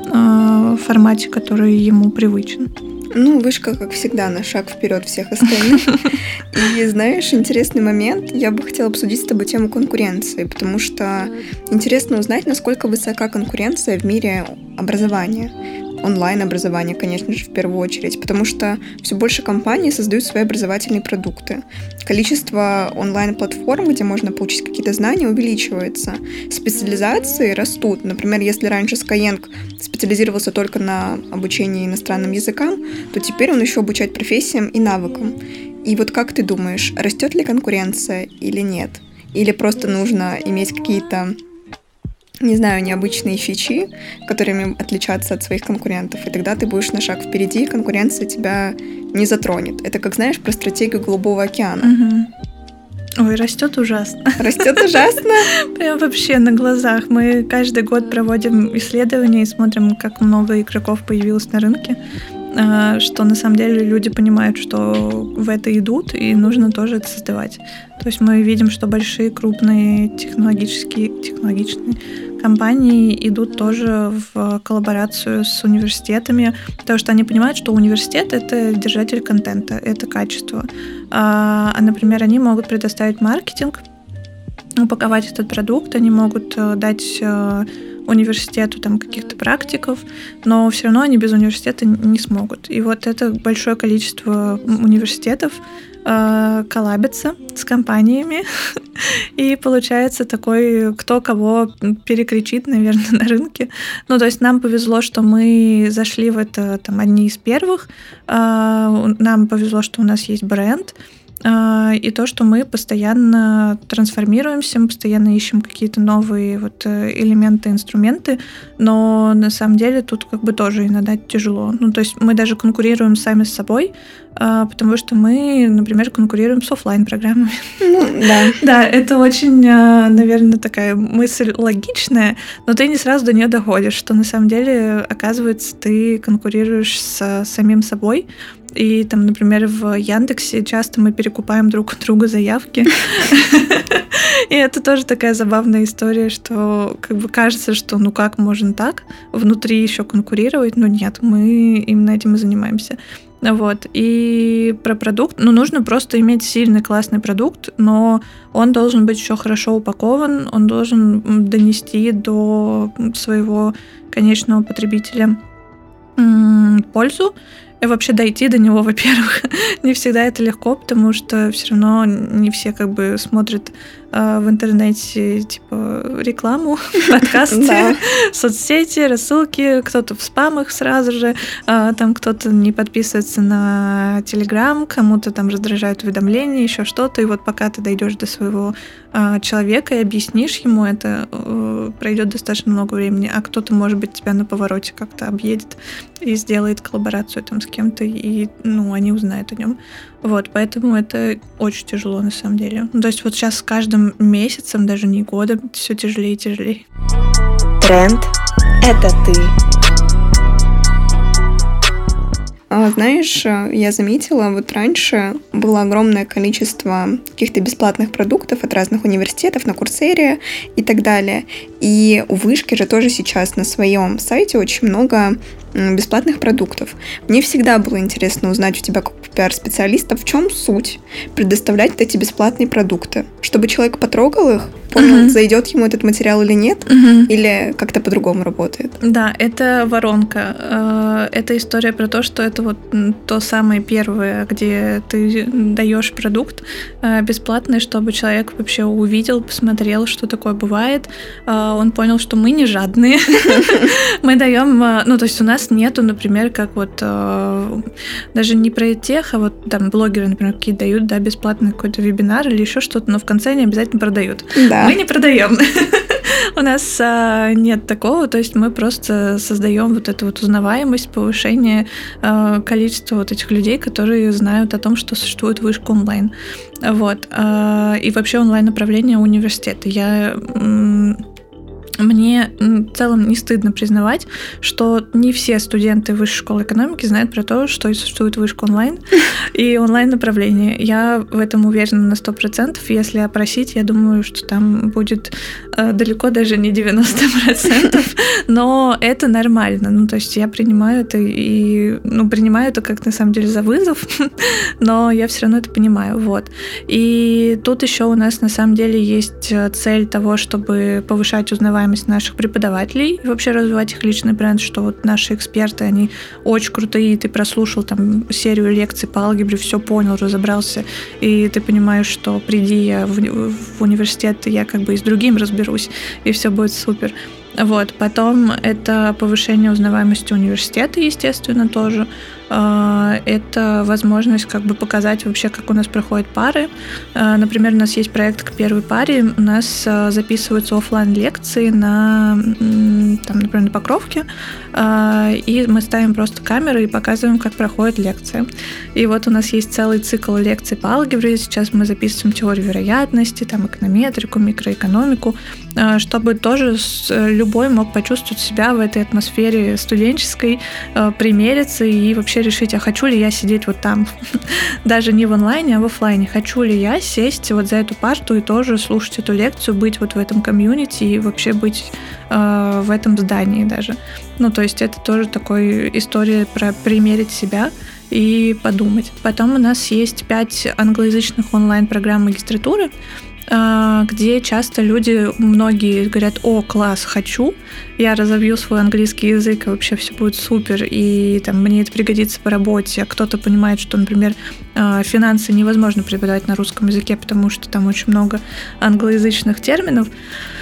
э, формате, который ему привычен. Ну, вышка, как всегда, на шаг вперед всех остальных. И знаешь, интересный момент. Я бы хотела обсудить с тобой тему конкуренции, потому что интересно узнать, насколько высока конкуренция в мире образования. Онлайн-образование, конечно же, в первую очередь, потому что все больше компаний создают свои образовательные продукты. Количество онлайн-платформ, где можно получить какие-то знания, увеличивается. Специализации растут. Например, если раньше Skyeng специализировался только на обучении иностранным языкам, то теперь он еще обучает профессиям и навыкам. И вот как ты думаешь, растет ли конкуренция или нет? Или просто нужно иметь какие-то, не знаю, необычные фичи, которыми отличаться от своих конкурентов, и тогда ты будешь на шаг впереди, и конкуренция тебя не затронет. Это как, знаешь, про стратегию Голубого океана. Мгм. Ой, растет ужасно. Растет ужасно. Прям вообще на глазах. Мы каждый год проводим исследования и смотрим, как много игроков появилось на рынке, а, что на самом деле люди понимают, что в это идут, и нужно тоже это создавать. То есть мы видим, что большие, крупные технологические, технологичные компании идут тоже в коллаборацию с университетами, потому что они понимают, что университет — это держатель контента, это качество. А, а, например, они могут предоставить маркетинг, упаковать этот продукт, они могут э, дать э, университету там каких-то практиков, но все равно они без университета не смогут. И вот это большое количество университетов э, коллабится с компаниями, и получается такой, кто кого перекричит, наверное, на рынке. Ну, то есть нам повезло, что мы зашли в это там одни из первых, э, нам повезло, что у нас есть бренд, И то, что мы постоянно трансформируемся, мы постоянно ищем какие-то новые вот элементы, инструменты, но на самом деле тут как бы тоже иногда тяжело. Ну, то есть мы даже конкурируем сами с собой, потому что мы, например, конкурируем с офлайн-программами. Ну, да. Да, это очень, наверное, такая мысль логичная, но ты не сразу до нее доходишь, что на самом деле, оказывается, ты конкурируешь с самим собой. И там, например, в Яндексе часто мы перекупаем друг у друга заявки. И это тоже такая забавная история, что как бы кажется, что ну как можно так внутри еще конкурировать, но нет, мы именно этим и занимаемся. Вот. И про продукт, ну, нужно просто иметь сильный, классный продукт, но он должен быть еще хорошо упакован, он должен донести до своего конечного потребителя пользу. И вообще дойти до него, во-первых, не всегда это легко, потому что все равно не все как бы смотрят э, в интернете типа рекламу, подкасты, соцсети, рассылки, кто-то в спамах сразу же, э, там кто-то не подписывается на Телеграм, кому-то там раздражают уведомления, еще что-то, и вот пока ты дойдешь до своего э, человека и объяснишь ему это, э, пройдет достаточно много времени, а кто-то, может быть, тебя на повороте как-то объедет и сделает коллаборацию там с кем-то, и, ну, они узнают о нем. Вот, поэтому это очень тяжело на самом деле. Ну, то есть вот сейчас с каждым месяцем, даже не годом, все тяжелее и тяжелее. Тренд – это ты. Знаешь, я заметила, вот раньше было огромное количество каких-то бесплатных продуктов от разных университетов на Курсере и так далее. И у Вышки же тоже сейчас на своем сайте очень много бесплатных продуктов. Мне всегда было интересно узнать у тебя, как у пиар-специалиста, в чем суть предоставлять эти бесплатные продукты, чтобы человек потрогал их, понял, uh-huh. зайдет ему этот материал или нет, uh-huh. или как-то по-другому работает. Да, это воронка. Это история про то, что это вот то самое первое, где ты даешь продукт бесплатный, чтобы человек вообще увидел, посмотрел, что такое бывает. Он понял, что мы не жадные. Мы даем, ну, то есть у нас нету, например, как вот даже не про тех, а вот там блогеры, например, какие-то дают, да, бесплатный какой-то вебинар или еще что-то, но в конце они обязательно продают. Да. Мы не продаем. У нас а, нет такого, то есть мы просто создаем вот эту вот узнаваемость, повышение а, количества вот этих людей, которые знают о том, что существует вышка онлайн. Вот. А, и вообще онлайн-направление университета. Я... М- Мне в целом не стыдно признавать, что не все студенты Высшей школы экономики знают про то, что существует вышка онлайн и онлайн-направление. Я в этом уверена на сто процентов. Если опросить, я думаю, что там будет э, далеко даже не девяносто процентов, но это нормально. Ну, то есть я принимаю это и ну, принимаю это как на самом деле за вызов, но я все равно это понимаю. Вот. И тут еще у нас на самом деле есть цель того, чтобы повышать узнаваемость наших преподавателей и вообще развивать их личный бренд, что вот наши эксперты, они очень крутые, ты прослушал там серию лекций по алгебре, все понял, разобрался, и ты понимаешь, что приди я в, в университет, я как бы и с другим разберусь, и все будет супер. Вот. Потом это повышение узнаваемости университета, естественно, тоже. Это возможность как бы показать вообще, как у нас проходят пары. Например, у нас есть проект к первой паре, у нас записываются офлайн-лекции на, там, например, на Покровке, и мы ставим просто камеры и показываем, как проходят лекции. И вот у нас есть целый цикл лекций по алгебре, сейчас мы записываем теорию вероятности, там, эконометрику, микроэкономику, чтобы тоже любой мог почувствовать себя в этой атмосфере студенческой, примериться и вообще решить, а хочу ли я сидеть вот там, даже не в онлайне, а в офлайне. Хочу ли я сесть вот за эту парту и тоже слушать эту лекцию, быть вот в этом комьюнити и вообще быть э, в этом здании даже. Ну, то есть это тоже такая история про примерить себя и подумать. Потом у нас есть пять англоязычных онлайн-программ магистратуры, где часто люди, многие говорят: о, класс, хочу, я разовью свой английский язык, и вообще все будет супер, и там, мне это пригодится по работе. А кто-то понимает, что, например, финансы невозможно преподавать на русском языке, потому что там очень много англоязычных терминов.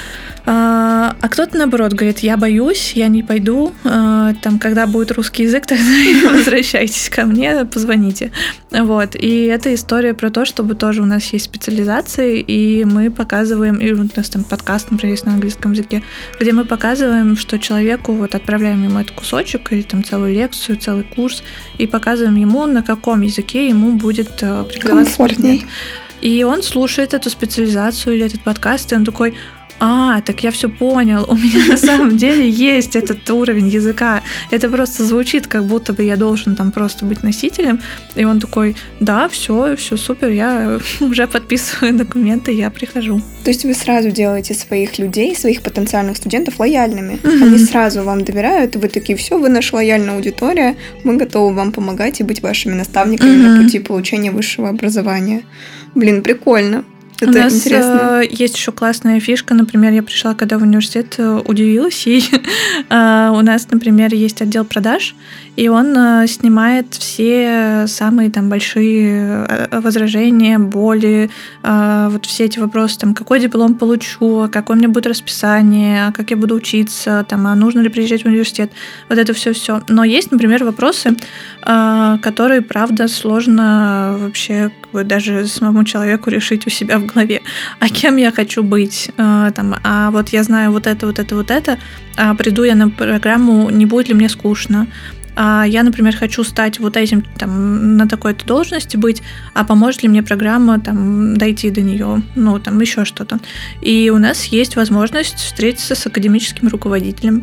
А, а кто-то, наоборот, говорит, я боюсь, я не пойду, а, там, когда будет русский язык, тогда возвращайтесь ко мне, позвоните. Вот. И это история про то, чтобы тоже у нас есть специализации, и мы показываем, и у нас там подкаст, например, есть на английском языке, где мы показываем, что человеку, вот отправляем ему этот кусочек, или там целую лекцию, целый курс, и показываем ему, на каком языке ему будет преподаваться предмет. И он слушает эту специализацию или этот подкаст, и он такой: а, так я все понял, у меня на самом деле есть этот уровень языка. Это просто звучит, как будто бы я должен там просто быть носителем. И он такой: да, все, все супер, я уже подписываю документы, я прихожу. То есть вы сразу делаете своих людей, своих потенциальных студентов лояльными. Mm-hmm. Они сразу вам доверяют, и вы такие: все, вы наша лояльная аудитория, мы готовы вам помогать и быть вашими наставниками mm-hmm. на пути получения высшего образования. Блин, прикольно. Это у нас интересно. Есть еще классная фишка. Например, я пришла, когда в университет, удивилась ей. У нас, например, есть отдел продаж, и он снимает все самые там большие возражения, боли, вот все эти вопросы, там, какой диплом получу, какое у меня будет расписание, как я буду учиться, там, а нужно ли приезжать в университет, вот это все-все. Но есть, например, вопросы, которые, правда, сложно вообще даже самому человеку решить у себя в голове. А кем я хочу быть? Там, а вот я знаю вот это, вот это, вот это, а приду я на программу, не будет ли мне скучно? А я, например, хочу стать вот этим, там, на такой-то должности быть, а поможет ли мне программа там дойти до нее, ну, там, еще что-то. И у нас есть возможность встретиться с академическим руководителем.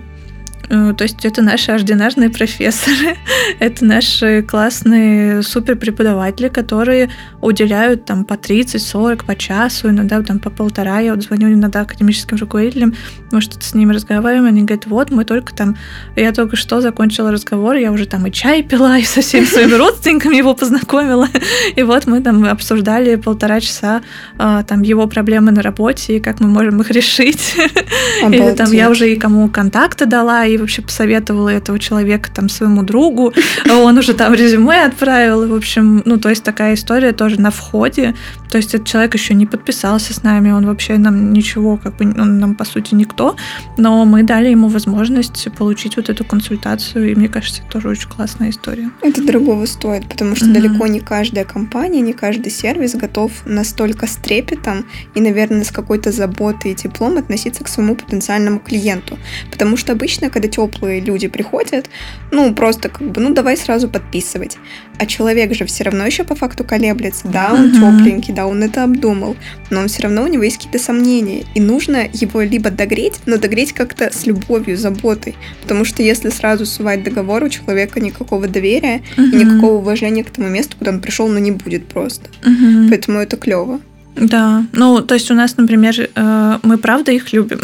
То есть это наши ординарные профессоры, это наши классные суперпреподаватели, которые уделяют там по тридцать-сорок, по часу, иногда там по полтора. Я вот звоню иногда академическим руководителям, мы что-то с ними разговариваем, они говорят: вот мы только там, я только что закончила разговор, я уже там и чай пила, и со всеми своими родственниками его познакомила, и вот мы там обсуждали полтора часа там его проблемы на работе и как мы можем их решить. Или там я уже и кому контакты дала, и вообще посоветовала этого человека там своему другу, он уже там резюме отправил, и, в общем, ну, то есть такая история тоже на входе, то есть этот человек еще не подписался с нами, он вообще нам ничего, как бы, он нам, по сути, никто, но мы дали ему возможность получить вот эту консультацию, и мне кажется, это тоже очень классная история. Это дорогого стоит, потому что mm-hmm. далеко не каждая компания, не каждый сервис готов настолько с трепетом и, наверное, с какой-то заботой и теплом относиться к своему потенциальному клиенту, потому что обычно, когда теплые люди приходят, ну, просто как бы, ну, давай сразу подписывать. А человек же все равно еще по факту колеблется. Да, он uh-huh. тепленький, да, он это обдумал, но он все равно, у него есть какие-то сомнения. И нужно его либо догреть, но догреть как-то с любовью, заботой. Потому что если сразу сувать договор, у человека никакого доверия uh-huh. и никакого уважения к тому месту, куда он пришел, ну, не будет просто. Uh-huh. Поэтому это клево. Да, ну, то есть у нас, например, мы правда их любим.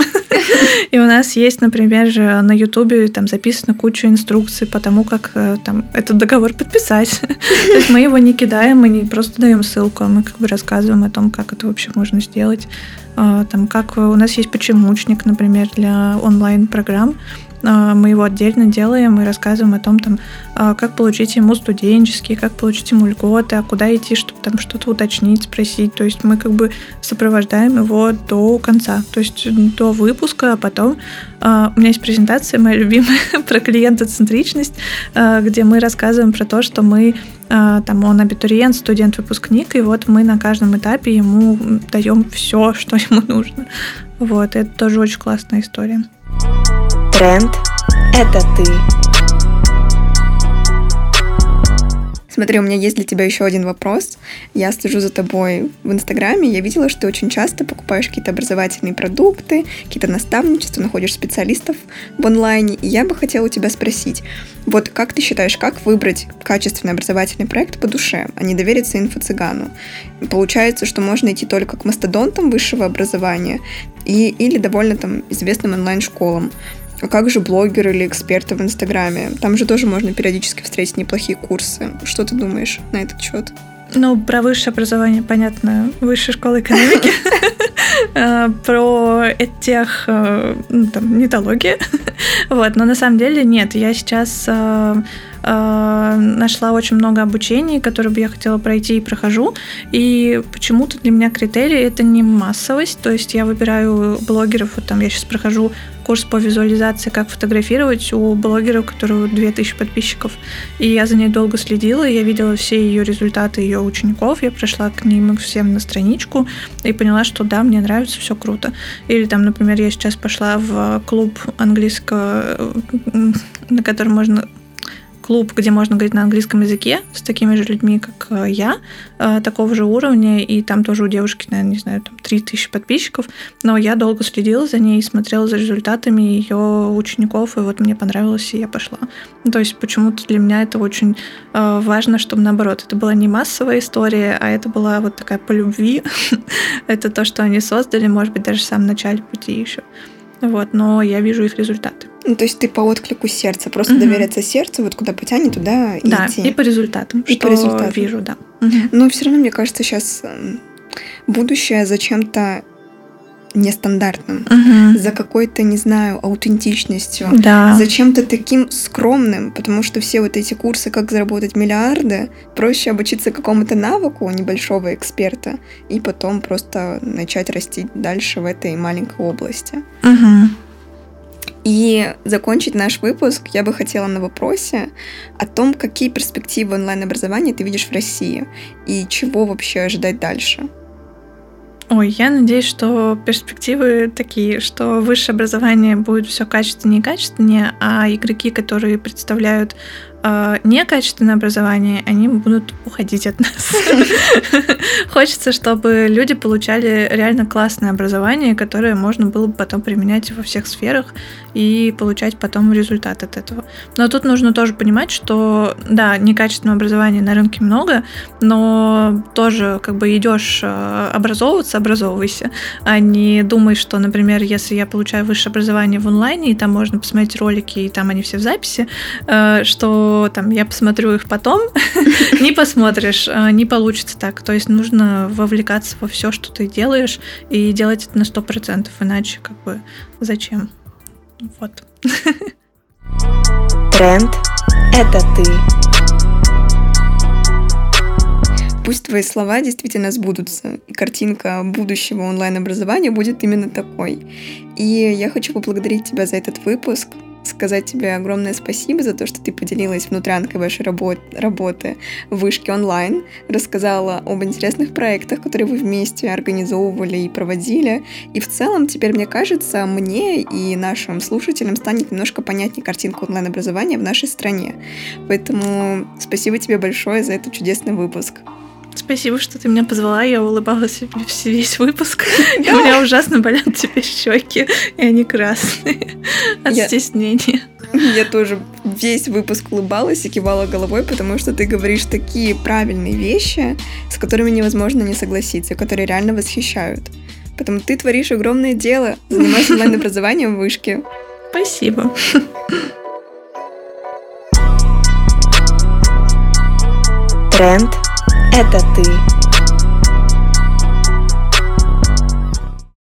И у нас есть, например, же на Ютубе там записана куча инструкций по тому, как там этот договор подписать. То есть мы его не кидаем, мы не просто даем ссылку, а мы как бы рассказываем о том, как это вообще можно сделать. Там, как у нас есть почемучник, например, для онлайн-программ. Мы его отдельно делаем и рассказываем о том, там, как получить ему студенческие, как получить ему льготы, а куда идти, чтобы там что-то уточнить, спросить. То есть мы как бы сопровождаем его до конца, то есть до выпуска, а потом у меня есть презентация моя любимая про клиентоцентричность, где мы рассказываем про то, что мы там он абитуриент, студент-выпускник, и вот мы на каждом этапе ему даем все, что ему нужно. Вот, это тоже очень классная история. Тренд – это ты. Смотри, у меня есть для тебя еще один вопрос. Я слежу за тобой в Инстаграме. Я видела, что ты очень часто покупаешь какие-то образовательные продукты, какие-то наставничества, находишь специалистов в онлайне. И я бы хотела у тебя спросить, вот как ты считаешь, как выбрать качественный образовательный проект по душе, а не довериться инфо-цыгану? Получается, что можно идти только к мастодонтам высшего образования и, или довольно там известным онлайн-школам. А как же блогеры или эксперты в Инстаграме? Там же тоже можно периодически встретить неплохие курсы. Что ты думаешь на этот счет? Ну, про высшее образование, понятно, высшая школа экономики. Про этих, ну, там, нетология. Вот, но на самом деле нет. Я сейчас э, нашла очень много обучений, которые бы я хотела пройти и прохожу. И почему-то для меня критерий — это не массовость. То есть я выбираю блогеров, вот там я сейчас прохожу курс по визуализации, как фотографировать у блогера, у которого две тысячи подписчиков. И я за ней долго следила, я видела все ее результаты ее учеников, я пришла к ним всем на страничку и поняла, что да, мне нравится, все круто. Или там, например, я сейчас пошла в клуб английского, на котором можно... клуб, где можно говорить на английском языке с такими же людьми, как я, такого же уровня, и там тоже у девушки, наверное, не знаю, там три тысячи подписчиков, но я долго следила за ней, смотрела за результатами ее учеников, и вот мне понравилось, и я пошла. Ну, то есть почему-то для меня это очень важно, чтобы наоборот, это была не массовая история, а это была вот такая по любви. Это то, что они создали, может быть, даже в самом начале пути еще. Вот, но я вижу их результаты. Ну, то есть ты по отклику сердца, просто угу. доверяться сердцу, вот куда потянет, туда и да, идти. Да, и по результатам, и что по результатам. Вижу, да. Угу. Но все равно, мне кажется, сейчас будущее за чем-то нестандартным, угу. за какой-то, не знаю, аутентичностью, да. за чем-то таким скромным, потому что все вот эти курсы «Как заработать миллиарды», проще обучиться какому-то навыку у небольшого эксперта и потом просто начать расти дальше в этой маленькой области. Угу. И закончить наш выпуск я бы хотела на вопросе о том, какие перспективы онлайн-образования ты видишь в России и чего вообще ожидать дальше. Ой, я надеюсь, что перспективы такие, что высшее образование будет все качественнее и качественнее, а игроки, которые представляют э, некачественное образование, они будут уходить от нас. Хочется, чтобы люди получали реально классное образование, которое можно было бы потом применять во всех сферах и получать потом результат от этого. Но тут нужно тоже понимать, что, да, некачественного образования на рынке много, но тоже как бы идешь образовываться, образовывайся, а не думай, что, например, если я получаю высшее образование в онлайне, и там можно посмотреть ролики, и там они все в записи, что там я посмотрю их потом, не посмотришь, не получится так. То есть нужно вовлекаться во все, что ты делаешь, и делать это на сто процентов, иначе как бы зачем? Вот. Тренд – это ты. Пусть твои слова действительно сбудутся, и картинка будущего онлайн-образования будет именно такой. И я хочу поблагодарить тебя за этот выпуск, сказать тебе огромное спасибо за то, что ты поделилась внутрянкой вашей работ- работы в Вышке онлайн, рассказала об интересных проектах, которые вы вместе организовывали и проводили. И в целом теперь, мне кажется, мне и нашим слушателям станет немножко понятнее картинка онлайн-образования в нашей стране. Поэтому спасибо тебе большое за этот чудесный выпуск. Спасибо, что ты меня позвала. Я улыбалась весь выпуск. И у меня ужасно болят теперь щеки, и они красные от я... стеснения. Я тоже весь выпуск улыбалась и кивала головой, потому что ты говоришь такие правильные вещи, с которыми невозможно не согласиться, которые реально восхищают. Поэтому ты творишь огромное дело, занимаешься онлайн-образованием в Вышке. Спасибо. Тренд – это ты.